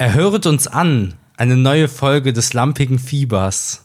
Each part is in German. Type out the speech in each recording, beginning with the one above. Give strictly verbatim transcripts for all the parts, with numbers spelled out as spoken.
Erhöret uns an, eine neue Folge des lampigen Fiebers.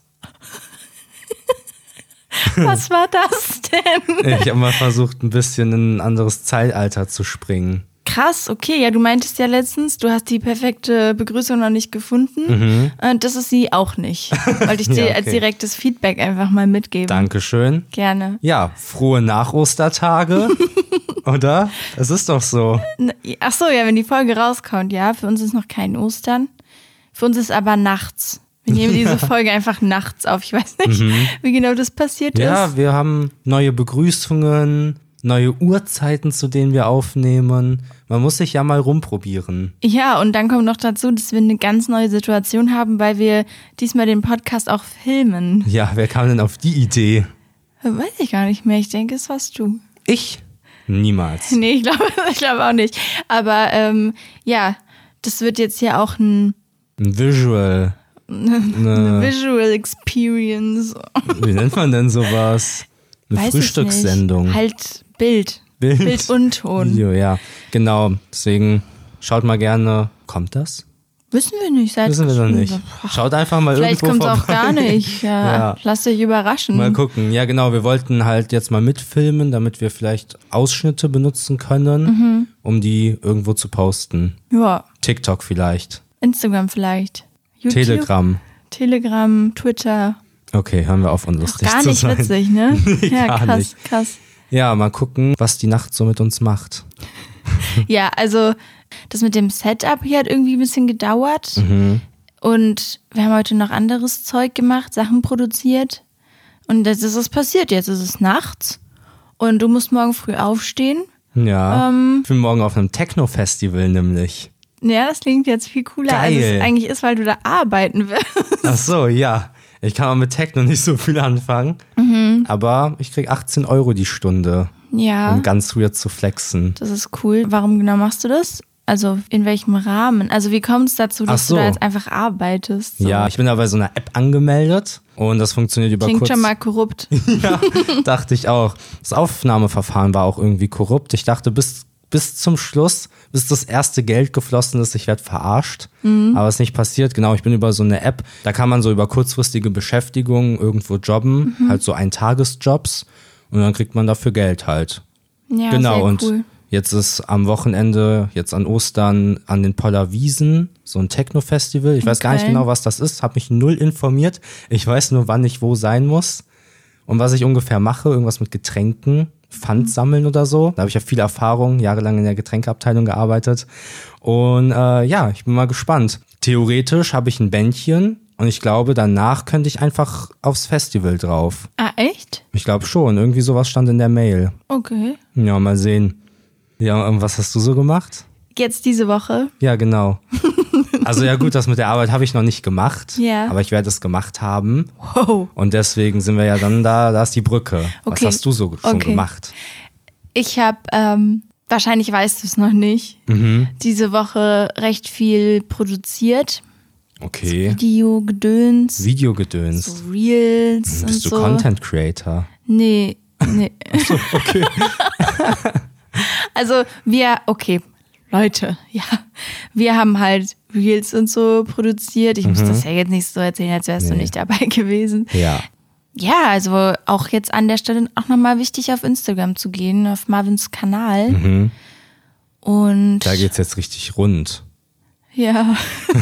Was war das denn? Ich habe mal versucht, ein bisschen in ein anderes Zeitalter zu springen. Krass, okay. Ja, du meintest ja letztens, du hast die perfekte Begrüßung noch nicht gefunden. Mhm. Das ist sie auch nicht. Wollte ich dir ja, okay. als direktes Feedback einfach mal mitgeben. Dankeschön. Gerne. Ja, frohe Nach-Ostertage. Oder? Es ist doch so. Ach so, ja, wenn die Folge rauskommt, ja. Für uns ist noch kein Ostern. Für uns ist aber nachts. Wir nehmen diese Folge einfach nachts auf. Ich weiß nicht, mhm. wie genau das passiert ja, ist. Ja, wir haben neue Begrüßungen, neue Uhrzeiten, zu denen wir aufnehmen. Man muss sich ja mal rumprobieren. Ja, und dann kommt noch dazu, dass wir eine ganz neue Situation haben, weil wir diesmal den Podcast auch filmen. Ja, wer kam denn auf die Idee? Weiß ich gar nicht mehr. Ich denke, es warst du. Ich? Niemals. Nee, ich glaube ich glaub auch nicht. Aber ähm, ja, das wird jetzt hier auch ein... Ein Visual... Eine, eine Visual Experience. Wie nennt man denn sowas? Eine Weiß Frühstückssendung. Halt Bild. Bild. Bild und Ton. Video, ja. Genau. Deswegen schaut mal gerne. Kommt das? Wissen wir nicht. Seit Wissen wir noch nicht. Schaut einfach mal Vielleicht irgendwo vorbei. Vielleicht kommt es auch gar nicht. Ja. Ja. Lasst euch überraschen. Mal gucken. Ja, genau. Wir wollten halt jetzt mal mitfilmen, damit wir vielleicht Ausschnitte benutzen können, mhm. um die irgendwo zu posten. Ja. TikTok vielleicht. Instagram vielleicht. YouTube, Telegram. Telegram, Twitter. Okay, hören wir auf, unlustig gar zu nicht sein. Witzig, ne? Nee, ja, gar krass, nicht. krass. Ja, mal gucken, was die Nacht so mit uns macht. Ja, also das mit dem Setup hier hat irgendwie ein bisschen gedauert. Mhm. Und wir haben heute noch anderes Zeug gemacht, Sachen produziert. Und das ist es passiert. Jetzt ist es nachts. Und du musst morgen früh aufstehen. Ja, ähm, ich bin morgen auf einem Techno-Festival nämlich. Ja, das klingt jetzt viel cooler, Geil. als es eigentlich ist, weil du da arbeiten wirst. Ach so, ja. Ich kann auch mit Techno nicht so viel anfangen. Mhm. Aber ich krieg achtzehn Euro die Stunde. Ja. Um ganz weird zu flexen. Das ist cool. Warum genau machst du das? Also in welchem Rahmen? Also wie kommt es dazu, dass so. du da jetzt einfach arbeitest? So? Ja, ich bin da bei so einer App angemeldet und das funktioniert über Klingt kurz... schon mal korrupt. Ja, dachte ich auch. Das Aufnahmeverfahren war auch irgendwie korrupt. Ich dachte, bis, bis zum Schluss, bis das erste Geld geflossen ist, ich werde verarscht. Mhm. Aber es ist nicht passiert. Genau, ich bin über so eine App, da kann man so über kurzfristige Beschäftigung irgendwo jobben, mhm. halt so Eintagesjobs und dann kriegt man dafür Geld halt. Ja, genau, sehr und cool. Jetzt ist am Wochenende, jetzt an Ostern, an den Poller Wiesen so ein Techno-Festival. Ich weiß okay. gar nicht genau, was das ist, habe mich null informiert. Ich weiß nur, wann ich wo sein muss und was ich ungefähr mache. Irgendwas mit Getränken, Pfand sammeln oder so. Da habe ich ja viel Erfahrung, jahrelang in der Getränkeabteilung gearbeitet. Und äh, ja, ich bin mal gespannt. Theoretisch habe ich ein Bändchen und ich glaube, danach könnte ich einfach aufs Festival drauf. Ah, echt? Ich glaube schon, irgendwie sowas stand in der Mail. Okay. Ja, mal sehen. Ja, und was hast du so gemacht? Jetzt diese Woche? Ja, genau. Also ja gut, das mit der Arbeit habe ich noch nicht gemacht, ja. aber ich werde es gemacht haben. Wow. Und deswegen sind wir ja dann da, da ist die Brücke. Okay. Was hast du so schon okay. gemacht? Ich habe, ähm, wahrscheinlich weißt du es noch nicht, mhm. diese Woche recht viel produziert. Okay. So Videogedöns. Videogedöns. So Reels Bist und du so. Content Creator? Nee, nee. Achso, okay. Also wir, okay, Leute, ja, wir haben halt Reels und so produziert. Ich mhm. muss das ja jetzt nicht so erzählen, als wärst nee. du nicht dabei gewesen. Ja. Ja, also auch jetzt an der Stelle auch nochmal wichtig, auf Instagram zu gehen, auf Marvins Kanal. Mhm. Und da geht's jetzt richtig rund. Ja.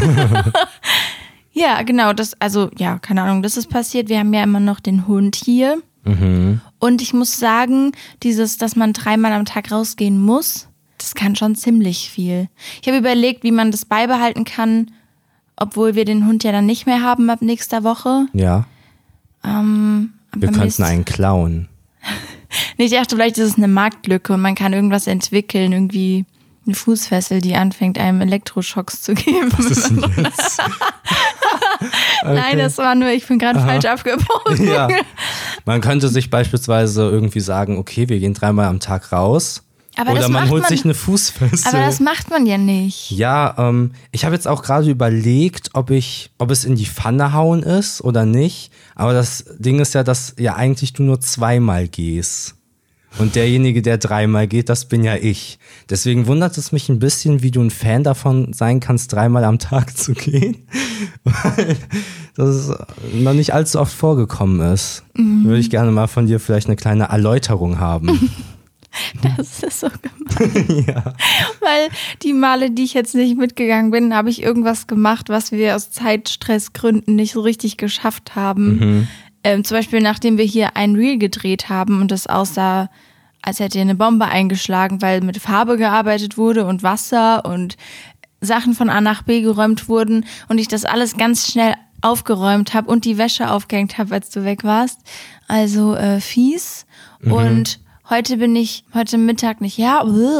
Ja, genau, das, also ja, keine Ahnung, das ist passiert. Wir haben ja immer noch den Hund hier. Mhm. Und ich muss sagen, dieses, dass man dreimal am Tag rausgehen muss, das kann schon ziemlich viel. Ich habe überlegt, wie man das beibehalten kann, obwohl wir den Hund ja dann nicht mehr haben ab nächster Woche. Ja. Ähm, wir könnten einen klauen. Nee, ich dachte, vielleicht ist es eine Marktlücke und man kann irgendwas entwickeln, irgendwie eine Fußfessel, die anfängt, einem Elektroschocks zu geben. Was ist denn jetzt? Okay. Nein, das war nur, ich bin gerade falsch abgebogen. Ja. Man könnte sich beispielsweise irgendwie sagen, okay, wir gehen dreimal am Tag raus. Aber Oder das man macht holt man, sich eine Fußfessel. Aber das macht man ja nicht. Ja, ähm, ich habe jetzt auch gerade überlegt, ob ich, ob es in die Pfanne hauen ist oder nicht. Aber das Ding ist ja, dass ja eigentlich du nur zweimal gehst. Und derjenige, der dreimal geht, das bin ja ich. Deswegen wundert es mich ein bisschen, wie du ein Fan davon sein kannst, dreimal am Tag zu gehen. Weil das noch nicht allzu oft vorgekommen ist. Mhm. Würde ich gerne mal von dir vielleicht eine kleine Erläuterung haben. Das ist so gemein. Ja. Weil die Male, die ich jetzt nicht mitgegangen bin, habe ich irgendwas gemacht, was wir aus Zeitstressgründen nicht so richtig geschafft haben. Mhm. Ähm, zum Beispiel, nachdem wir hier ein Reel gedreht haben und das aussah, als hätte eine Bombe eingeschlagen, weil mit Farbe gearbeitet wurde und Wasser und Sachen von A nach B geräumt wurden und ich das alles ganz schnell aufgeräumt habe und die Wäsche aufgehängt habe, als du weg warst. Also äh, fies. Mhm. Und heute bin ich, heute Mittag nicht, ja,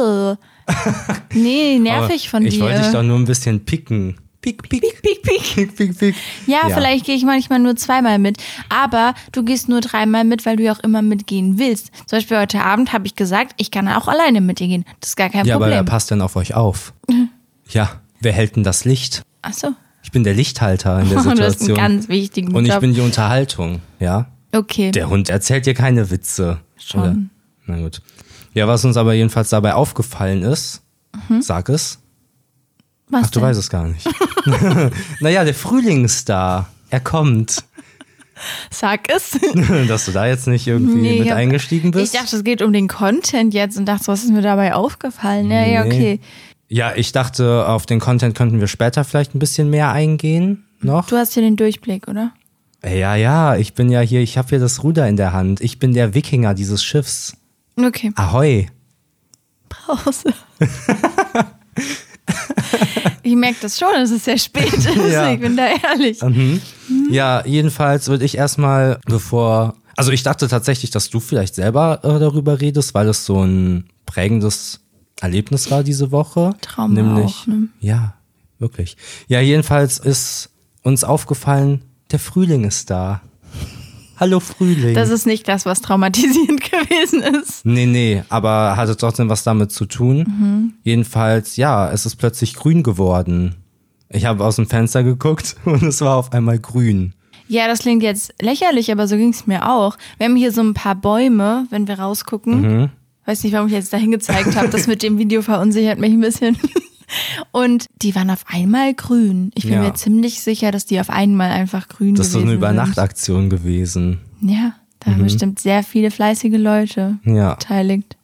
nee, nervig von dir. Ich wollte dich doch nur ein bisschen picken. Pick, pick, pick, pick, pick. pick, pick, pick. Ja, ja, vielleicht gehe ich manchmal nur zweimal mit. Aber du gehst nur dreimal mit, weil du ja auch immer mitgehen willst. Zum Beispiel heute Abend habe ich gesagt, ich kann auch alleine mit dir gehen. Das ist gar kein ja, Problem. Ja, aber wer passt denn auf euch auf? Mhm. Ja, wer hält denn das Licht? Ach so. Ich bin der Lichthalter in der Situation. Du hast einen ganz wichtigen Job. Und ich bin die Unterhaltung, ja? Okay. Der Hund erzählt dir keine Witze. Schon. Oder? Na gut. Ja, was uns aber jedenfalls dabei aufgefallen ist, mhm. sag es. Was Ach, du denn? weißt es gar nicht. Naja, der Frühling ist da. Er kommt. Sag es. Dass du da jetzt nicht irgendwie nee, mit hab, eingestiegen bist? Ich dachte, es geht um den Content jetzt und dachte, was ist mir dabei aufgefallen? Ja, nee. ja, okay. Ja, ich dachte, auf den Content könnten wir später vielleicht ein bisschen mehr eingehen noch. Du hast hier den Durchblick, oder? Ja, ja, ich bin ja hier, ich habe hier das Ruder in der Hand. Ich bin der Wikinger dieses Schiffs. Okay. Ahoi. Pause. Ich merke das schon, es ist sehr spät ist. Ja. Ich bin da ehrlich. Mhm. Mhm. Ja, jedenfalls würde ich erstmal, bevor, also ich dachte tatsächlich, dass du vielleicht selber äh, darüber redest, weil es so ein prägendes Erlebnis war diese Woche. Trauma Nämlich, auch, ne? Ja, wirklich. Ja, jedenfalls ist uns aufgefallen, der Frühling ist da. Hallo Frühling. Das ist nicht das, was traumatisierend gewesen ist. Nee, nee, aber hatte trotzdem was damit zu tun. Mhm. Jedenfalls, ja, es ist plötzlich grün geworden. Ich habe aus dem Fenster geguckt und es war auf einmal grün. Ja, das klingt jetzt lächerlich, aber so ging es mir auch. Wir haben hier so ein paar Bäume, wenn wir rausgucken. Mhm. Weiß nicht, warum ich jetzt dahin gezeigt habe. Das mit dem Video verunsichert mich ein bisschen. Und die waren auf einmal grün. Ich bin ja. mir ziemlich sicher, dass die auf einmal einfach grün das gewesen sind. Das ist so eine Übernachtaktion gewesen. Ja, da haben mhm. bestimmt sehr viele fleißige Leute ja. beteiligt.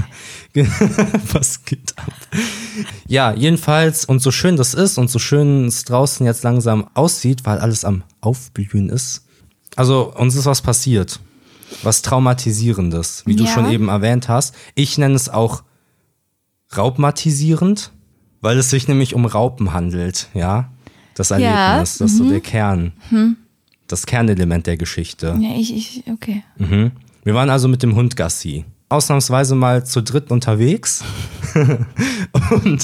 Was geht ab? Ja, jedenfalls, und so schön das ist und so schön es draußen jetzt langsam aussieht, weil alles am Aufblühen ist. Also uns ist was passiert. Was Traumatisierendes, wie ja. du schon eben erwähnt hast. Ich nenne es auch raubmatisierend. Weil es sich nämlich um Raupen handelt, ja. Das Erlebnis, ja. das ist mhm. so der Kern. Mhm. Das Kernelement der Geschichte. Ja, ich, ich, okay. Mhm. Wir waren also mit dem Hund Gassi. Ausnahmsweise mal zu dritt unterwegs. Und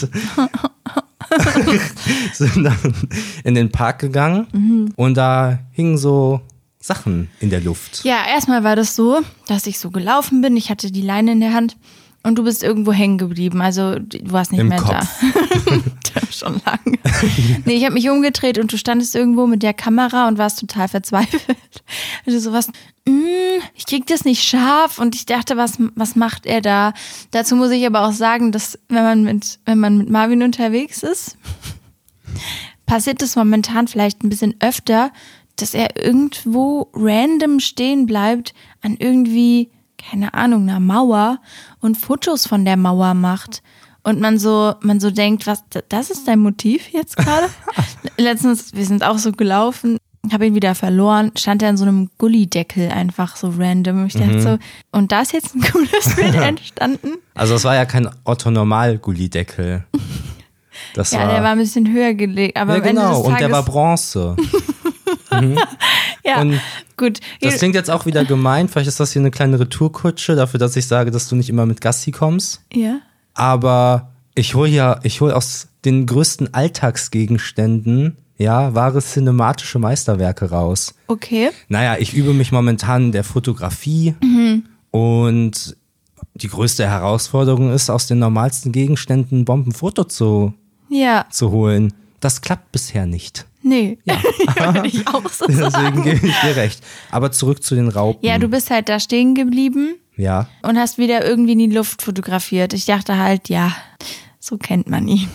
sind dann in den Park gegangen. Mhm. Und da hingen so Sachen in der Luft. Ja, erstmal war das so, dass ich so gelaufen bin. Ich hatte die Leine in der Hand. Und du bist irgendwo hängen geblieben, also du warst nicht Im mehr Kopf. da. Schon lange. Nee, ich habe mich umgedreht und du standest irgendwo mit der Kamera und warst total verzweifelt. Also sowas, mm, ich krieg das nicht scharf und ich dachte, was, was macht er da? Dazu muss ich aber auch sagen, dass wenn man mit, wenn man mit Marvin unterwegs ist, passiert es momentan vielleicht ein bisschen öfter, dass er irgendwo random stehen bleibt an irgendwie keine Ahnung, einer Mauer und Fotos von der Mauer macht. Und man so, man so denkt, was, das ist dein Motiv jetzt gerade? Letztens, wir sind auch so gelaufen, habe ihn wieder verloren, stand er in so einem Gullideckel einfach so random. Ich dachte mhm. so, und da ist jetzt ein cooles Bild entstanden. Also es war ja kein Otto-Normal-Gullideckel. Das ja, war, der war ein bisschen höher gelegt. Aber ja, am Ende genau, des Tages und der war Bronze. mhm. Ja, und gut. Das klingt jetzt auch wieder gemein. Vielleicht ist das hier eine kleine Retourkutsche dafür, dass ich sage, dass du nicht immer mit Gassi kommst. Ja. Aber ich hole ja, ich hole aus den größten Alltagsgegenständen, ja, wahre cinematische Meisterwerke raus. Okay. Naja, ich übe mich momentan in der Fotografie mhm. und die größte Herausforderung ist, aus den normalsten Gegenständen ein Bombenfoto zu, ja. zu holen. Das klappt bisher nicht. Nee, ja. würde ich auch so Deswegen sagen. gebe ich dir recht. Aber zurück zu den Raupen. Ja, du bist halt da stehen geblieben. Ja. Und hast wieder irgendwie in die Luft fotografiert. Ich dachte halt, ja, so kennt man ihn.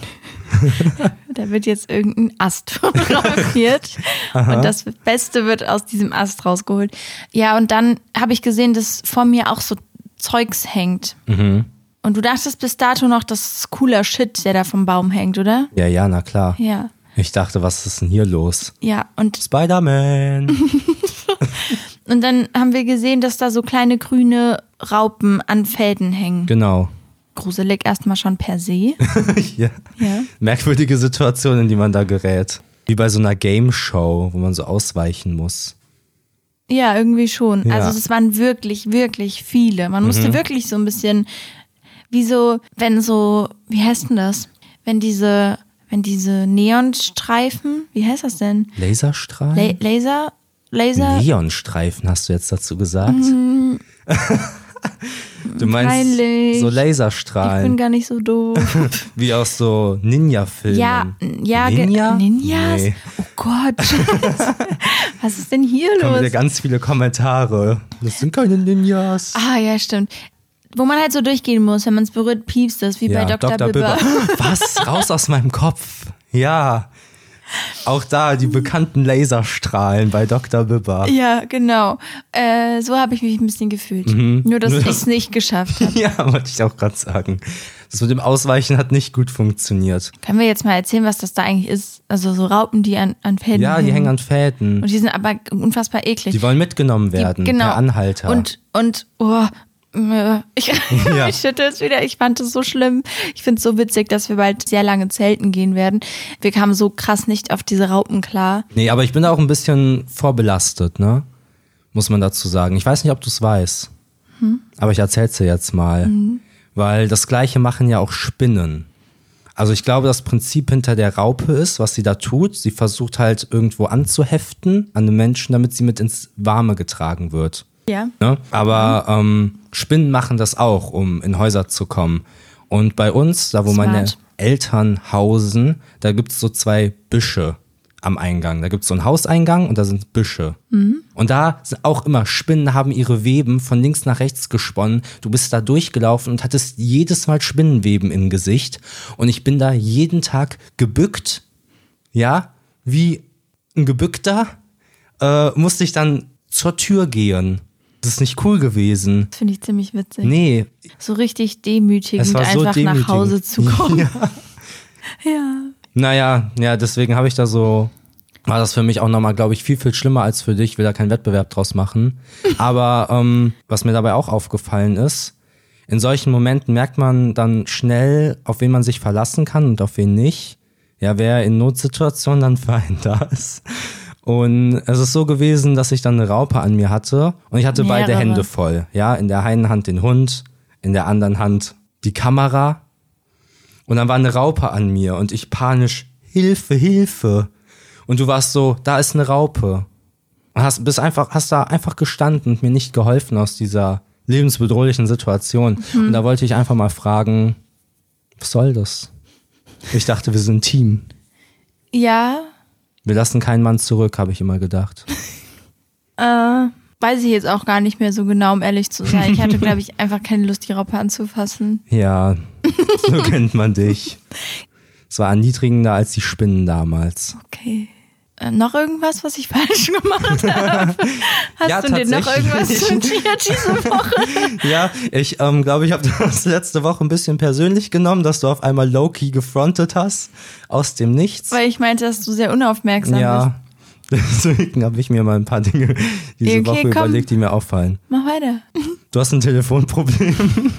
Da wird jetzt irgendein Ast fotografiert und das Beste wird aus diesem Ast rausgeholt. Ja, und dann habe ich gesehen, dass vor mir auch so Zeugs hängt. Mhm. Und du dachtest bis dato noch, das ist cooler Shit, der da vom Baum hängt, oder? Ja, ja, na klar. Ja. Ich dachte, was ist denn hier los? Ja, und Spider-Man. Und dann haben wir gesehen, dass da so kleine grüne Raupen an Fäden hängen. Genau. Gruselig erstmal schon per se. ja. Ja. Merkwürdige Situation, in die man da gerät. Wie bei so einer Game-Show, wo man so ausweichen muss. Ja, irgendwie schon. Ja. Also es waren wirklich, wirklich viele. Man musste Mhm. wirklich so ein bisschen, wie so, wenn so, wie heißt denn das? Wenn diese, wenn diese Neonstreifen, wie heißt das denn? Laserstrahlen? La- Laser? Laser? Neonstreifen hast du jetzt dazu gesagt? Mhm. Du meinst Peinlich. so Ich bin Laserstrahlen, gar nicht so doof. wie aus so Ninja-Filmen. Ja, ja, ge- Ninja? Ninjas? Nee. Oh Gott. Was ist denn hier Da kommen wieder los? ganz viele Kommentare. Das sind keine Ninjas. Ah, ja, stimmt. Wo man halt so durchgehen muss, wenn man es berührt, piepst es, wie bei Doktor Bibber. Was? Raus aus meinem Kopf. Ja. Auch da die bekannten Laserstrahlen bei Doktor Bibber. Ja, genau. Äh, so habe ich mich ein bisschen gefühlt. Mhm. Nur, dass Nur ich das- es nicht geschafft habe. Ja, wollte ich auch gerade sagen. Das mit dem Ausweichen hat nicht gut funktioniert. Können wir jetzt mal erzählen, was das da eigentlich ist? Also so Raupen, die an, an Fäden Ja, die hängen an Fäden. Und die sind aber unfassbar eklig. Die wollen mitgenommen werden, Die- genau. per Anhalter. Und, und, oh, äh, ich, Ja. ich schüttel es wieder. Ich fand es so schlimm. Ich finde es so witzig, dass wir bald sehr lange zelten gehen werden. Wir kamen so krass nicht auf diese Raupen klar. Nee, aber ich bin da auch ein bisschen vorbelastet, ne? Muss man dazu sagen. Ich weiß nicht, ob du es weißt. Hm? Aber ich erzähl's dir jetzt mal. Mhm. Weil das Gleiche machen ja auch Spinnen. Also ich glaube, das Prinzip hinter der Raupe ist, was sie da tut. Sie versucht halt irgendwo anzuheften an den Menschen, damit sie mit ins Warme getragen wird. Ja. Ne? Aber ähm, Spinnen machen das auch, um in Häuser zu kommen. Und bei uns, da wo Smart. meine Eltern hausen, da gibt's so zwei Büsche am Eingang. Da gibt's so einen Hauseingang und da sind Büsche. Mhm. Und da sind auch immer Spinnen, haben ihre Weben von links nach rechts gesponnen. Du bist da durchgelaufen und hattest jedes Mal Spinnenweben im Gesicht. Und ich bin da jeden Tag gebückt, ja, wie ein Gebückter, äh, musste ich dann zur Tür gehen. Das ist nicht cool gewesen. Das finde ich ziemlich witzig. Nee, So richtig demütigend, es war so einfach demütigend. nach Hause zu kommen. Ja. Ja. Naja, ja, deswegen habe ich da so, war das für mich auch nochmal, glaube ich, viel, viel schlimmer als für dich. Ich will da keinen Wettbewerb draus machen. Aber ähm, was mir dabei auch aufgefallen ist, in solchen Momenten merkt man dann schnell, auf wen man sich verlassen kann und auf wen nicht. Ja, wer in Notsituationen dann für einen da ist. Und es ist so gewesen, dass ich dann eine Raupe an mir hatte und ich hatte beide Mehrere. Hände voll. Ja, in der einen Hand den Hund, in der anderen Hand die Kamera. Und dann war eine Raupe an mir und ich panisch, Hilfe, Hilfe. Und du warst so, da ist eine Raupe. Und hast, bist einfach, hast da einfach gestanden und mir nicht geholfen aus dieser lebensbedrohlichen Situation. Mhm. Und da wollte ich einfach mal fragen, was soll das? Ich dachte, wir sind ein Team. Ja, Wir lassen keinen Mann zurück, habe ich immer gedacht. äh, weiß ich jetzt auch gar nicht mehr so genau, um ehrlich zu sein. Ich hatte, glaube ich, einfach keine Lust, die Raupe anzufassen. Ja, so kennt man dich. Es war erniedrigender als die Spinnen damals. Okay. Äh, noch irgendwas, was ich falsch gemacht habe? Hast Ja, du dir noch tatsächlich. irgendwas notiert diese Woche? Ja, ich ähm, glaube, ich habe das letzte Woche ein bisschen persönlich genommen, dass du auf einmal low-key gefrontet hast, aus dem Nichts. Weil ich meinte, dass du sehr unaufmerksam bist. Ja, deswegen habe ich mir mal ein paar Dinge diese Okay, Woche komm. überlegt, die mir auffallen. Mach weiter. Du hast ein Telefonproblem.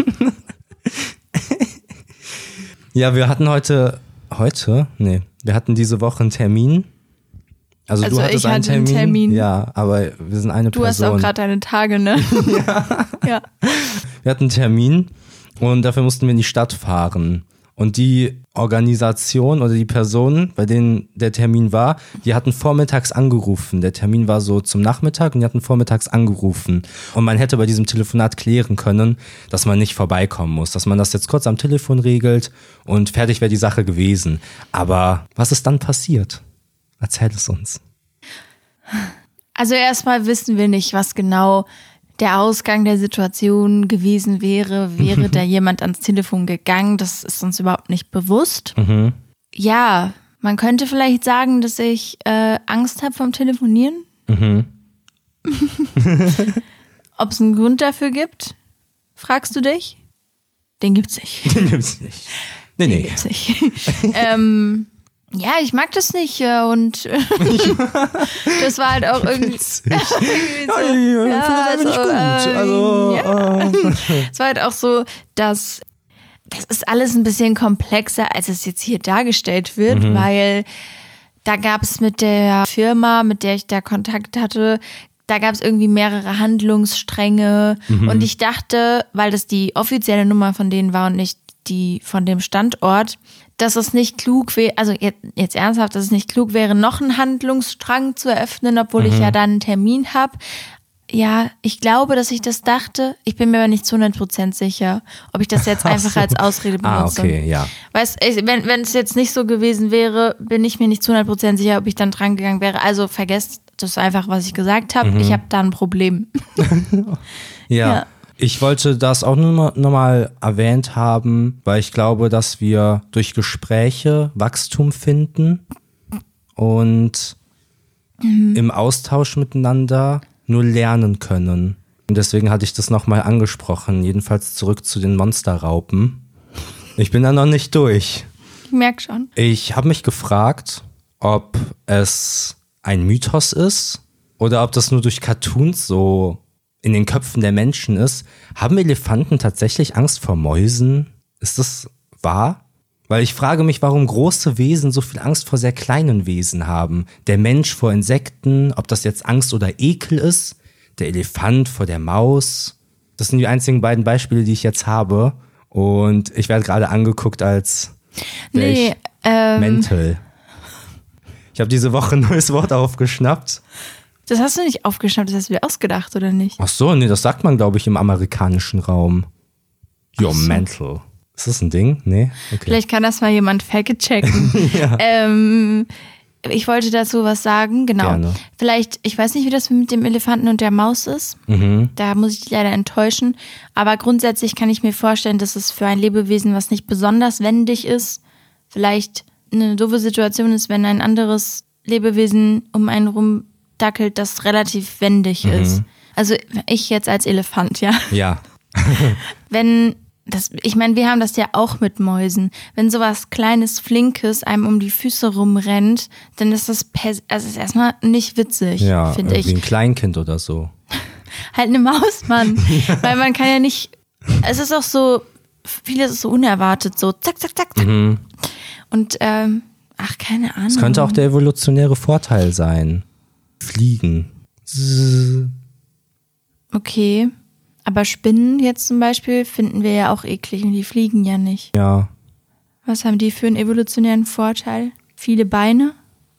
Ja, wir hatten heute, heute? Nee, wir hatten diese Woche einen Termin. Also, Also du hattest ich einen hatte einen Termin. Termin. Ja, aber wir sind eine Du Person. hast auch gerade deine Tage, ne? Ja. Ja. Wir hatten einen Termin und dafür mussten wir in die Stadt fahren. Und die Organisation oder die Personen, bei denen der Termin war, die hatten vormittags angerufen. Der Termin war so zum Nachmittag und die hatten vormittags angerufen. Und man hätte bei diesem Telefonat klären können, dass man nicht vorbeikommen muss, dass man das jetzt kurz am Telefon regelt und fertig wäre die Sache gewesen. Aber was ist dann passiert? Erzähl es uns. Also erstmal wissen wir nicht, was genau der Ausgang der Situation gewesen wäre, wäre da jemand ans Telefon gegangen. Das ist uns überhaupt nicht bewusst. Mhm. Ja, man könnte vielleicht sagen, dass ich äh, Angst habe vom Telefonieren. Mhm. Ob es einen Grund dafür gibt, fragst du dich? Den gibt's nicht. Den gibt's nicht. Nee, Den nee. gibt's nicht. ähm, ja, ich mag das nicht äh, und das war halt auch irgendwie, irgendwie so, ja, also, nicht gut. Äh, Also, ja. äh. Es war halt auch so, dass das ist alles ein bisschen komplexer, als es jetzt hier dargestellt wird, Mhm. weil da gab es mit der Firma, mit der ich da Kontakt hatte, da gab es irgendwie mehrere Handlungsstränge Mhm. und ich dachte, weil das die offizielle Nummer von denen war und nicht die von dem Standort, dass es nicht klug wäre, also jetzt, jetzt ernsthaft, dass es nicht klug wäre, noch einen Handlungsstrang zu eröffnen, obwohl Mhm. ich ja dann einen Termin habe. Ja, ich glaube, dass ich das dachte. Ich bin mir aber nicht zu hundert Prozent sicher, ob ich das jetzt Ach einfach so. als Ausrede benutze. Ah, okay, ja. Weißt, ich, wenn wenn es jetzt nicht so gewesen wäre, bin ich mir nicht zu hundert Prozent sicher, ob ich dann dran gegangen wäre. Also vergesst das einfach, was ich gesagt habe. Mhm. Ich habe da ein Problem. Ja. Ja. Ich wollte das auch nur noch mal erwähnt haben, weil ich glaube, dass wir durch Gespräche Wachstum finden und Mhm. im Austausch miteinander nur lernen können. Und deswegen hatte ich das nochmal angesprochen. Jedenfalls zurück zu den Monsterraupen. Ich bin da noch nicht durch. Ich merke schon. Ich habe mich gefragt, ob es ein Mythos ist oder ob das nur durch Cartoons so in den Köpfen der Menschen ist. Haben Elefanten tatsächlich Angst vor Mäusen? Ist das wahr? Weil ich frage mich, warum große Wesen so viel Angst vor sehr kleinen Wesen haben. Der Mensch vor Insekten, ob das jetzt Angst oder Ekel ist. Der Elefant vor der Maus. Das sind die einzigen beiden Beispiele, die ich jetzt habe. Und ich werde gerade angeguckt als wär Nee, ich ähm, mental. Ich habe diese Woche ein neues Wort aufgeschnappt. das hast du nicht aufgeschnappt, das hast du dir ausgedacht, oder nicht? Ach so, nee, das sagt man, glaube ich, im amerikanischen Raum. You're Ach so. mental. Ist das ein Ding? Nee? Okay. Vielleicht kann das mal jemand fact-checken. Ja. ähm, ich wollte dazu was sagen, genau. Gerne. Vielleicht, ich weiß nicht, wie das mit dem Elefanten und der Maus ist. Mhm. Da muss ich dich leider enttäuschen. Aber grundsätzlich kann ich mir vorstellen, dass es für ein Lebewesen, was nicht besonders wendig ist, vielleicht eine doofe Situation ist, wenn ein anderes Lebewesen um einen rumdackelt, das relativ wendig ist. Also ich jetzt als Elefant, ja. Ja. Wenn das, ich meine, wir haben das ja auch mit Mäusen. Wenn sowas Kleines, Flinkes einem um die Füße rumrennt, dann ist das, pers- also ist erstmal nicht witzig, Ja, finde wie ich. ein Kleinkind oder so. Halt eine Maus, Mann. Weil man kann ja nicht, es ist auch so, vieles ist so unerwartet, so zack, zack, zack, zack. Mhm. Und, ähm, ach, keine Ahnung. Das könnte auch der evolutionäre Vorteil sein. Fliegen. Zzz. Okay. Aber Spinnen jetzt zum Beispiel finden wir ja auch eklig und die fliegen ja nicht. Ja. Was haben die für einen evolutionären Vorteil? Viele Beine?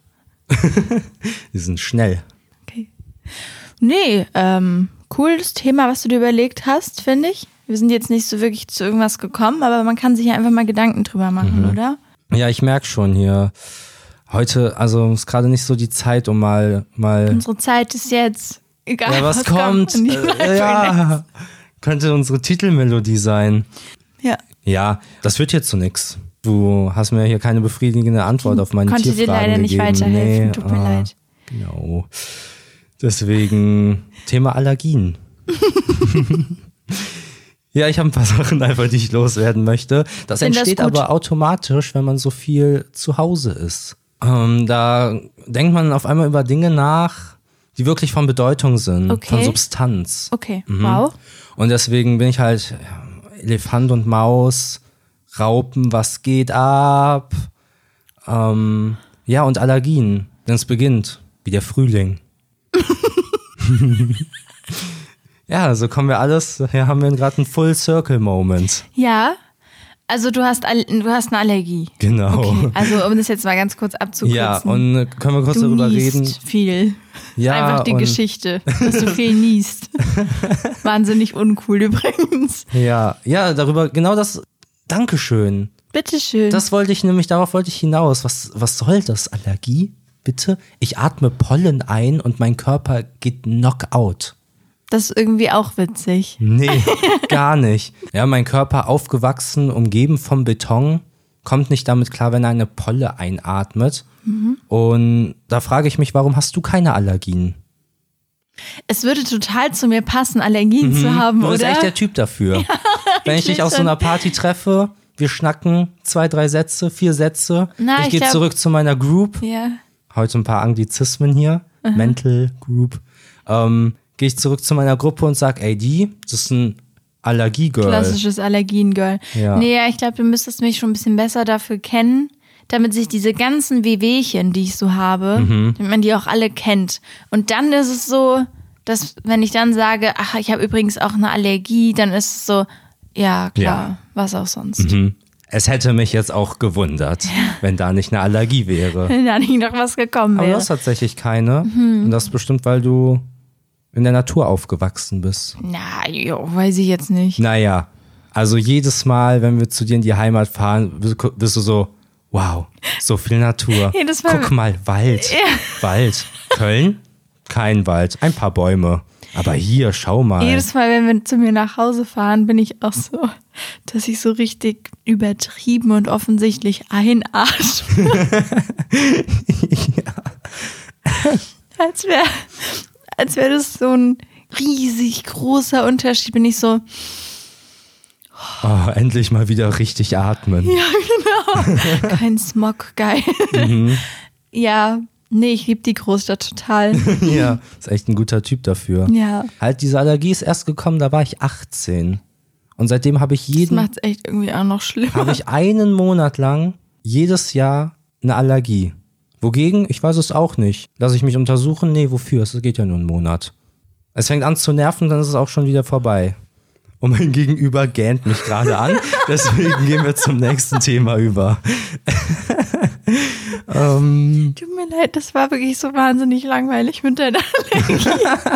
Die sind schnell. Okay. Nee, ähm, cooles Thema, was du dir überlegt hast, finde ich. Wir sind jetzt nicht so wirklich zu irgendwas gekommen, aber man kann sich ja einfach mal Gedanken drüber machen, Mhm. oder? Ja, ich merke schon hier. Heute, also ist gerade nicht so die Zeit, um mal, mal Unsere Zeit ist jetzt. Egal, ja, was, was kommt. Und die bleibt Äh, für ja, könnte unsere Titelmelodie sein. Ja. Ja, das wird jetzt zu nix. Du hast mir hier keine befriedigende Antwort auf meine Konnte dir Tierfragen leider nicht gegeben. weiterhelfen, Nee, tut mir ah, leid. Genau. Deswegen Thema Allergien. Ja, ich habe ein paar Sachen einfach, die ich loswerden möchte. Das Find das entsteht gut. aber automatisch, wenn man so viel zu Hause ist. Ähm, da denkt man auf einmal über Dinge nach, die wirklich von Bedeutung sind, Okay. von Substanz. Okay, Mhm. wow. Und deswegen bin ich halt ja, Elefant und Maus, Raupen, was geht ab? Ähm, ja, und Allergien, denn es beginnt, wie der Frühling. Ja, so kommen wir alles, hier haben wir gerade einen Full-Circle-Moment. Ja, also du hast, All- du hast eine Allergie. Genau. Okay, also um das jetzt mal ganz kurz abzukürzen. Ja, und äh, können wir kurz du darüber niest reden? viel. Ja, Einfach die und, Geschichte, dass du viel niest. Wahnsinnig uncool übrigens. Ja, ja, darüber, genau das, Dankeschön. Bitteschön. Das wollte ich nämlich, darauf wollte ich hinaus. Was, was soll das? Allergie? Bitte? Ich atme Pollen ein und mein Körper geht Knockout. Das ist irgendwie auch witzig. Nee, gar nicht. Ja, mein Körper aufgewachsen, umgeben vom Beton, kommt nicht damit klar, wenn er eine Polle einatmet. Mhm. Und da frage ich mich, warum hast du keine Allergien? Es würde total zu mir passen, Allergien mhm. zu haben, du bist oder? echt der Typ dafür. Ja, wenn ich dich auf so einer Party treffe, wir schnacken zwei, drei Sätze, vier Sätze. Na, ich, ich gehe glaub... zurück zu meiner Group. Ja. Heute ein paar Anglizismen hier. Aha. Mental Group. Ähm, gehe ich zurück zu meiner Gruppe und sage, ey, die, das ist ein Allergiegirl. Klassisches Allergien-Girl. Ja. Nee, ja, ich glaube, du müsstest mich schon ein bisschen besser dafür kennen, damit sich diese ganzen Wehwehchen, die ich so habe, mhm. damit man die auch alle kennt. Und dann ist es so, dass wenn ich dann sage, ach, ich habe übrigens auch eine Allergie, dann ist es so, ja, klar, ja. was auch sonst. Mhm. Es hätte mich jetzt auch gewundert, ja. wenn da nicht eine Allergie wäre. Wenn da nicht noch was gekommen wäre. Aber du hast tatsächlich keine. Mhm. Und das ist bestimmt, weil du in der Natur aufgewachsen bist. Na, jo, weiß ich jetzt nicht. Naja, also jedes Mal, wenn wir zu dir in die Heimat fahren, bist du so, wow, so viel Natur. Jedes Mal. Guck mal, Wald, ja. Wald. Köln, kein Wald, ein paar Bäume. Aber hier, schau mal. Jedes Mal, wenn wir zu mir nach Hause fahren, bin ich auch so, dass ich so richtig übertrieben und offensichtlich einatme. Ja. Als wäre als wär das so ein riesig großer Unterschied. Bin ich so... Oh, endlich mal wieder richtig atmen. Ja, genau. Kein Smog, geil. Mhm. Ja, nee, ich liebe die Großstadt total. Ja, ist echt ein guter Typ dafür. Ja. Halt, diese Allergie ist erst gekommen, da war ich achtzehn. Und seitdem habe ich jeden... Das macht's echt irgendwie auch noch schlimmer. Habe ich einen Monat lang jedes Jahr eine Allergie. Wogegen? Ich weiß es auch nicht. Lass ich mich untersuchen? Nee, wofür? Es geht ja nur einen Monat. Es fängt an zu nerven, dann ist es auch schon wieder vorbei. Und mein Gegenüber gähnt mich gerade an. Deswegen gehen wir zum nächsten Thema über. ähm, Tut mir leid, das war wirklich so wahnsinnig langweilig mit deiner Allergie.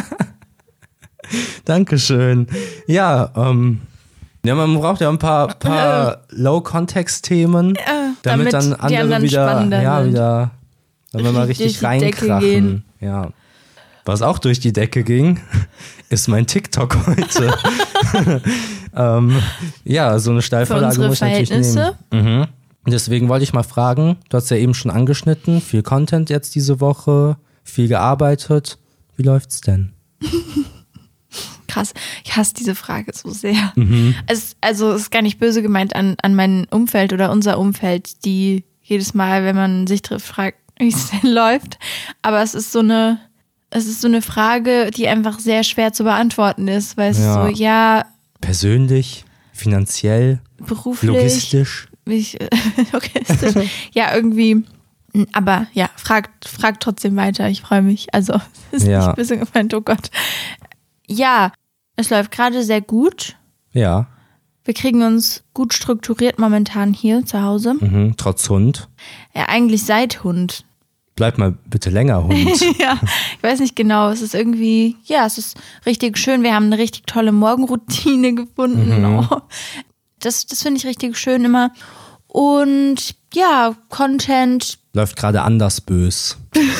Dankeschön. Ja, ähm, ja, man braucht ja ein paar, paar Low-Context-Themen, ja, damit, damit dann andere wieder, ja, wieder, wenn wir mal richtig reinkrachen. Ja. Was auch durch die Decke ging, ist mein TikTok heute. ähm, ja, so eine Steilvorlage muss ich natürlich nehmen. Mhm. Deswegen wollte ich mal fragen, du hast ja eben schon angeschnitten, viel Content jetzt diese Woche, viel gearbeitet. Wie läuft's denn? Krass, ich hasse diese Frage so sehr. Mhm. Es, also es ist gar nicht böse gemeint an, an mein Umfeld oder unser Umfeld, die jedes Mal, wenn man sich trifft, fragt, wie es denn läuft. Aber es ist so eine... Es ist so eine Frage, die einfach sehr schwer zu beantworten ist, weil es ja. so, ja... Persönlich, finanziell, beruflich, logistisch. Ich, logistisch. Ja, irgendwie, aber ja, fragt, fragt trotzdem weiter, ich freue mich. Also, es ist ja. nicht böse gemeint, oh Gott. Ja, es läuft gerade sehr gut. Ja. Wir kriegen uns gut strukturiert momentan hier zu Hause. Mhm, trotz Hund. Ja, eigentlich seit Hund. Bleib mal bitte länger, Hund. Ja, ich weiß nicht genau. Es ist irgendwie, ja, es ist richtig schön. Wir haben eine richtig tolle Morgenroutine gefunden. Mhm. Oh. Das, das finde ich richtig schön immer. Und ja, Content. Läuft gerade anders bös.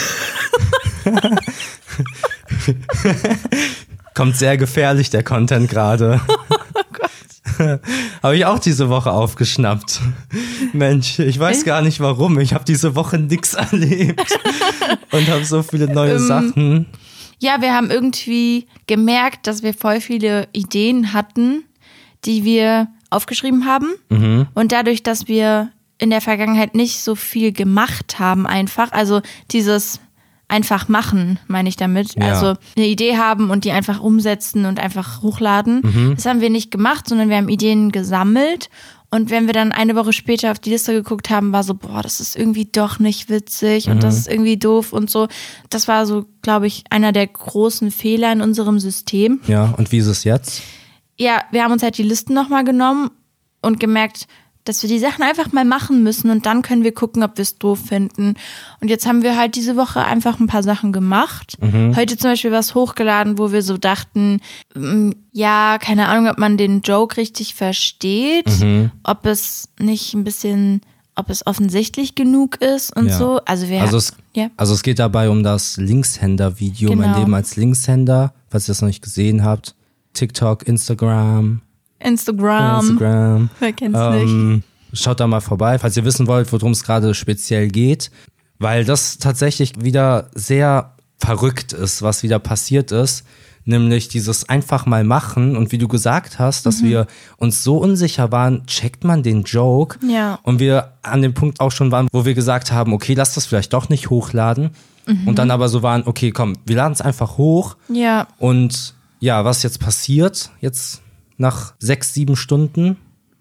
Kommt sehr gefährlich, der Content gerade. Oh Gott. Habe ich auch diese Woche aufgeschnappt. Mensch, ich weiß gar nicht warum. Ich habe diese Woche nichts erlebt und habe so viele neue ähm, Sachen. Ja, wir haben irgendwie gemerkt, dass wir voll viele Ideen hatten, die wir aufgeschrieben haben. Mhm. Und dadurch, dass wir in der Vergangenheit nicht so viel gemacht haben einfach, also dieses einfach machen, meine ich damit. Ja. Also eine Idee haben und die einfach umsetzen und einfach hochladen. Mhm. Das haben wir nicht gemacht, sondern wir haben Ideen gesammelt. Und wenn wir dann eine Woche später auf die Liste geguckt haben, war so, boah, das ist irgendwie doch nicht witzig mhm. und das ist irgendwie doof und so. Das war so, glaube ich, einer der großen Fehler in unserem System. Ja, und wie ist es jetzt? Ja, wir haben uns halt die Listen nochmal genommen und gemerkt, dass wir die Sachen einfach mal machen müssen und dann können wir gucken, ob wir es doof finden. Und jetzt haben wir halt diese Woche einfach ein paar Sachen gemacht. Mhm. Heute zum Beispiel was hochgeladen, wo wir so dachten, ja, keine Ahnung, ob man den Joke richtig versteht, mhm. ob es nicht ein bisschen ob es offensichtlich genug ist und ja. so. Also, wir, also, es, ja. also es geht dabei um das Linkshänder-Video, Genau. mein Leben als Linkshänder, falls ihr das noch nicht gesehen habt. TikTok, Instagram. Instagram. Instagram. Wer kennt's ähm, nicht? Schaut da mal vorbei, falls ihr wissen wollt, worum es gerade speziell geht. Weil das tatsächlich wieder sehr verrückt ist, was wieder passiert ist. Nämlich dieses einfach mal machen und wie du gesagt hast, dass mhm. wir uns so unsicher waren, checkt man den Joke ja. und wir an dem Punkt auch schon waren, wo wir gesagt haben, okay, lass das vielleicht doch nicht hochladen mhm. und dann aber so waren, okay, komm, wir laden es einfach hoch ja. und ja, was jetzt passiert, jetzt nach sechs, sieben Stunden?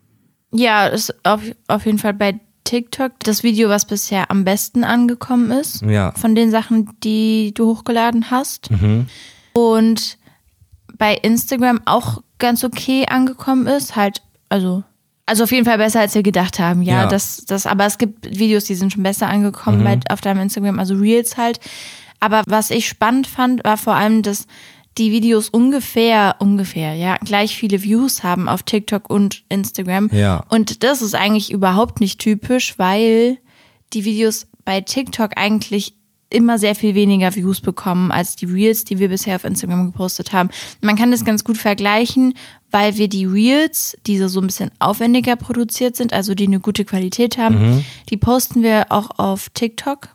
Ja, ist auf, auf jeden Fall bei TikTok das Video, was bisher am besten angekommen ist, ja. von den Sachen, die du hochgeladen hast. Mhm. Und bei Instagram auch ganz okay angekommen ist, halt, also, also auf jeden Fall besser, als wir gedacht haben, ja, ja. das, das, aber es gibt Videos, die sind schon besser angekommen mhm. bei, auf deinem Instagram, also Reels halt. Aber was ich spannend fand, war vor allem, dass die Videos ungefähr, ungefähr, ja, gleich viele Views haben auf TikTok und Instagram. Ja. Und das ist eigentlich überhaupt nicht typisch, weil die Videos bei TikTok eigentlich immer sehr viel weniger Views bekommen als die Reels, die wir bisher auf Instagram gepostet haben. Man kann das ganz gut vergleichen, weil wir die Reels, die so ein bisschen aufwendiger produziert sind, also die eine gute Qualität haben, mhm. die posten wir auch auf TikTok.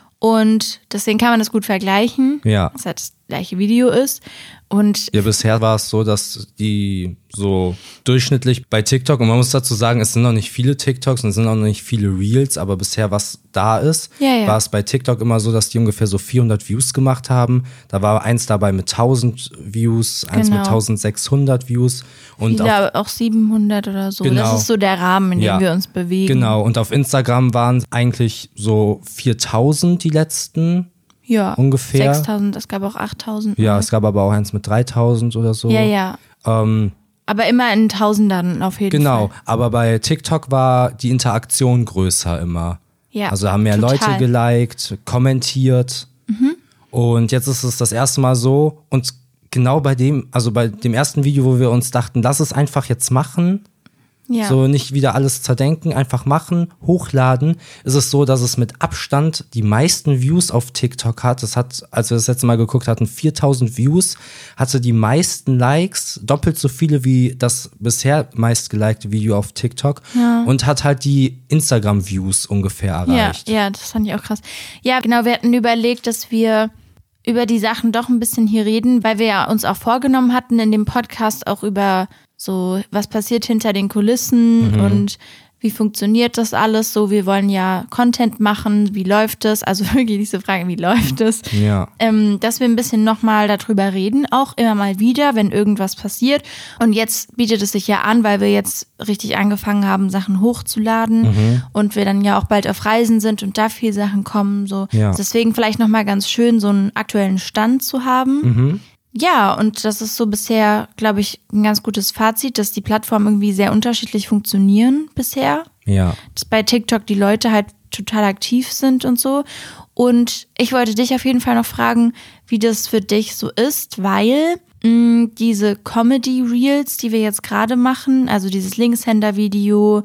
Und deswegen kann man das gut vergleichen, ja. dass halt das gleiche Video ist. Und ja, bisher war es so, dass die so durchschnittlich bei TikTok, und man muss dazu sagen, es sind noch nicht viele TikToks und es sind auch noch nicht viele Reels, aber bisher, was da ist, ja, ja. war es bei TikTok immer so, dass die ungefähr so vierhundert Views gemacht haben. Da war eins dabei mit tausend Views, eins genau. mit tausendsechshundert Views. Und viele auch siebenhundert oder so. Genau. Das ist so der Rahmen, in dem ja. wir uns bewegen. Genau, und auf Instagram waren es eigentlich so viertausend die letzten. Ja, ungefähr. sechstausend, es gab auch achttausend. Ja, oder? Es gab aber auch eins mit dreitausend oder so. Ja, ja. Ähm, aber immer in Tausendern auf jeden genau, Fall. Genau, aber bei TikTok war die Interaktion größer immer. Ja, also haben mehr total. Leute geliked, kommentiert. Mhm. Und jetzt ist es das erste Mal so. Und genau bei dem, also bei dem ersten Video, wo wir uns dachten, lass es einfach jetzt machen. Ja. So nicht wieder alles zerdenken, einfach machen, hochladen. Ist es so, dass es mit Abstand die meisten Views auf TikTok hat. Es hat, als wir das letzte Mal geguckt hatten, viertausend Views, hatte die meisten Likes, doppelt so viele wie das bisher meistgelikte Video auf TikTok ja. und hat halt die Instagram-Views ungefähr erreicht. Ja, ja, das fand ich auch krass. Ja, genau, wir hatten überlegt, dass wir über die Sachen doch ein bisschen hier reden, weil wir ja uns auch vorgenommen hatten, in dem Podcast auch über so, was passiert hinter den Kulissen mhm. und wie funktioniert das alles so? Wir wollen ja Content machen, wie läuft es? Also wirklich diese Frage, wie läuft es? Ja. Ähm, dass wir ein bisschen nochmal darüber reden, auch immer mal wieder, wenn irgendwas passiert. Und jetzt bietet es sich ja an, weil wir jetzt richtig angefangen haben, Sachen hochzuladen mhm. und wir dann ja auch bald auf Reisen sind und da viel Sachen kommen. So. Ja. Deswegen vielleicht nochmal ganz schön, so einen aktuellen Stand zu haben. Mhm. Ja, und das ist so bisher, glaube ich, ein ganz gutes Fazit, dass die Plattformen irgendwie sehr unterschiedlich funktionieren bisher. Ja. Dass bei TikTok die Leute halt total aktiv sind und so. Und ich wollte dich auf jeden Fall noch fragen, wie das für dich so ist, weil mh, diese Comedy-Reels, die wir jetzt gerade machen, also dieses Linkshänder-Video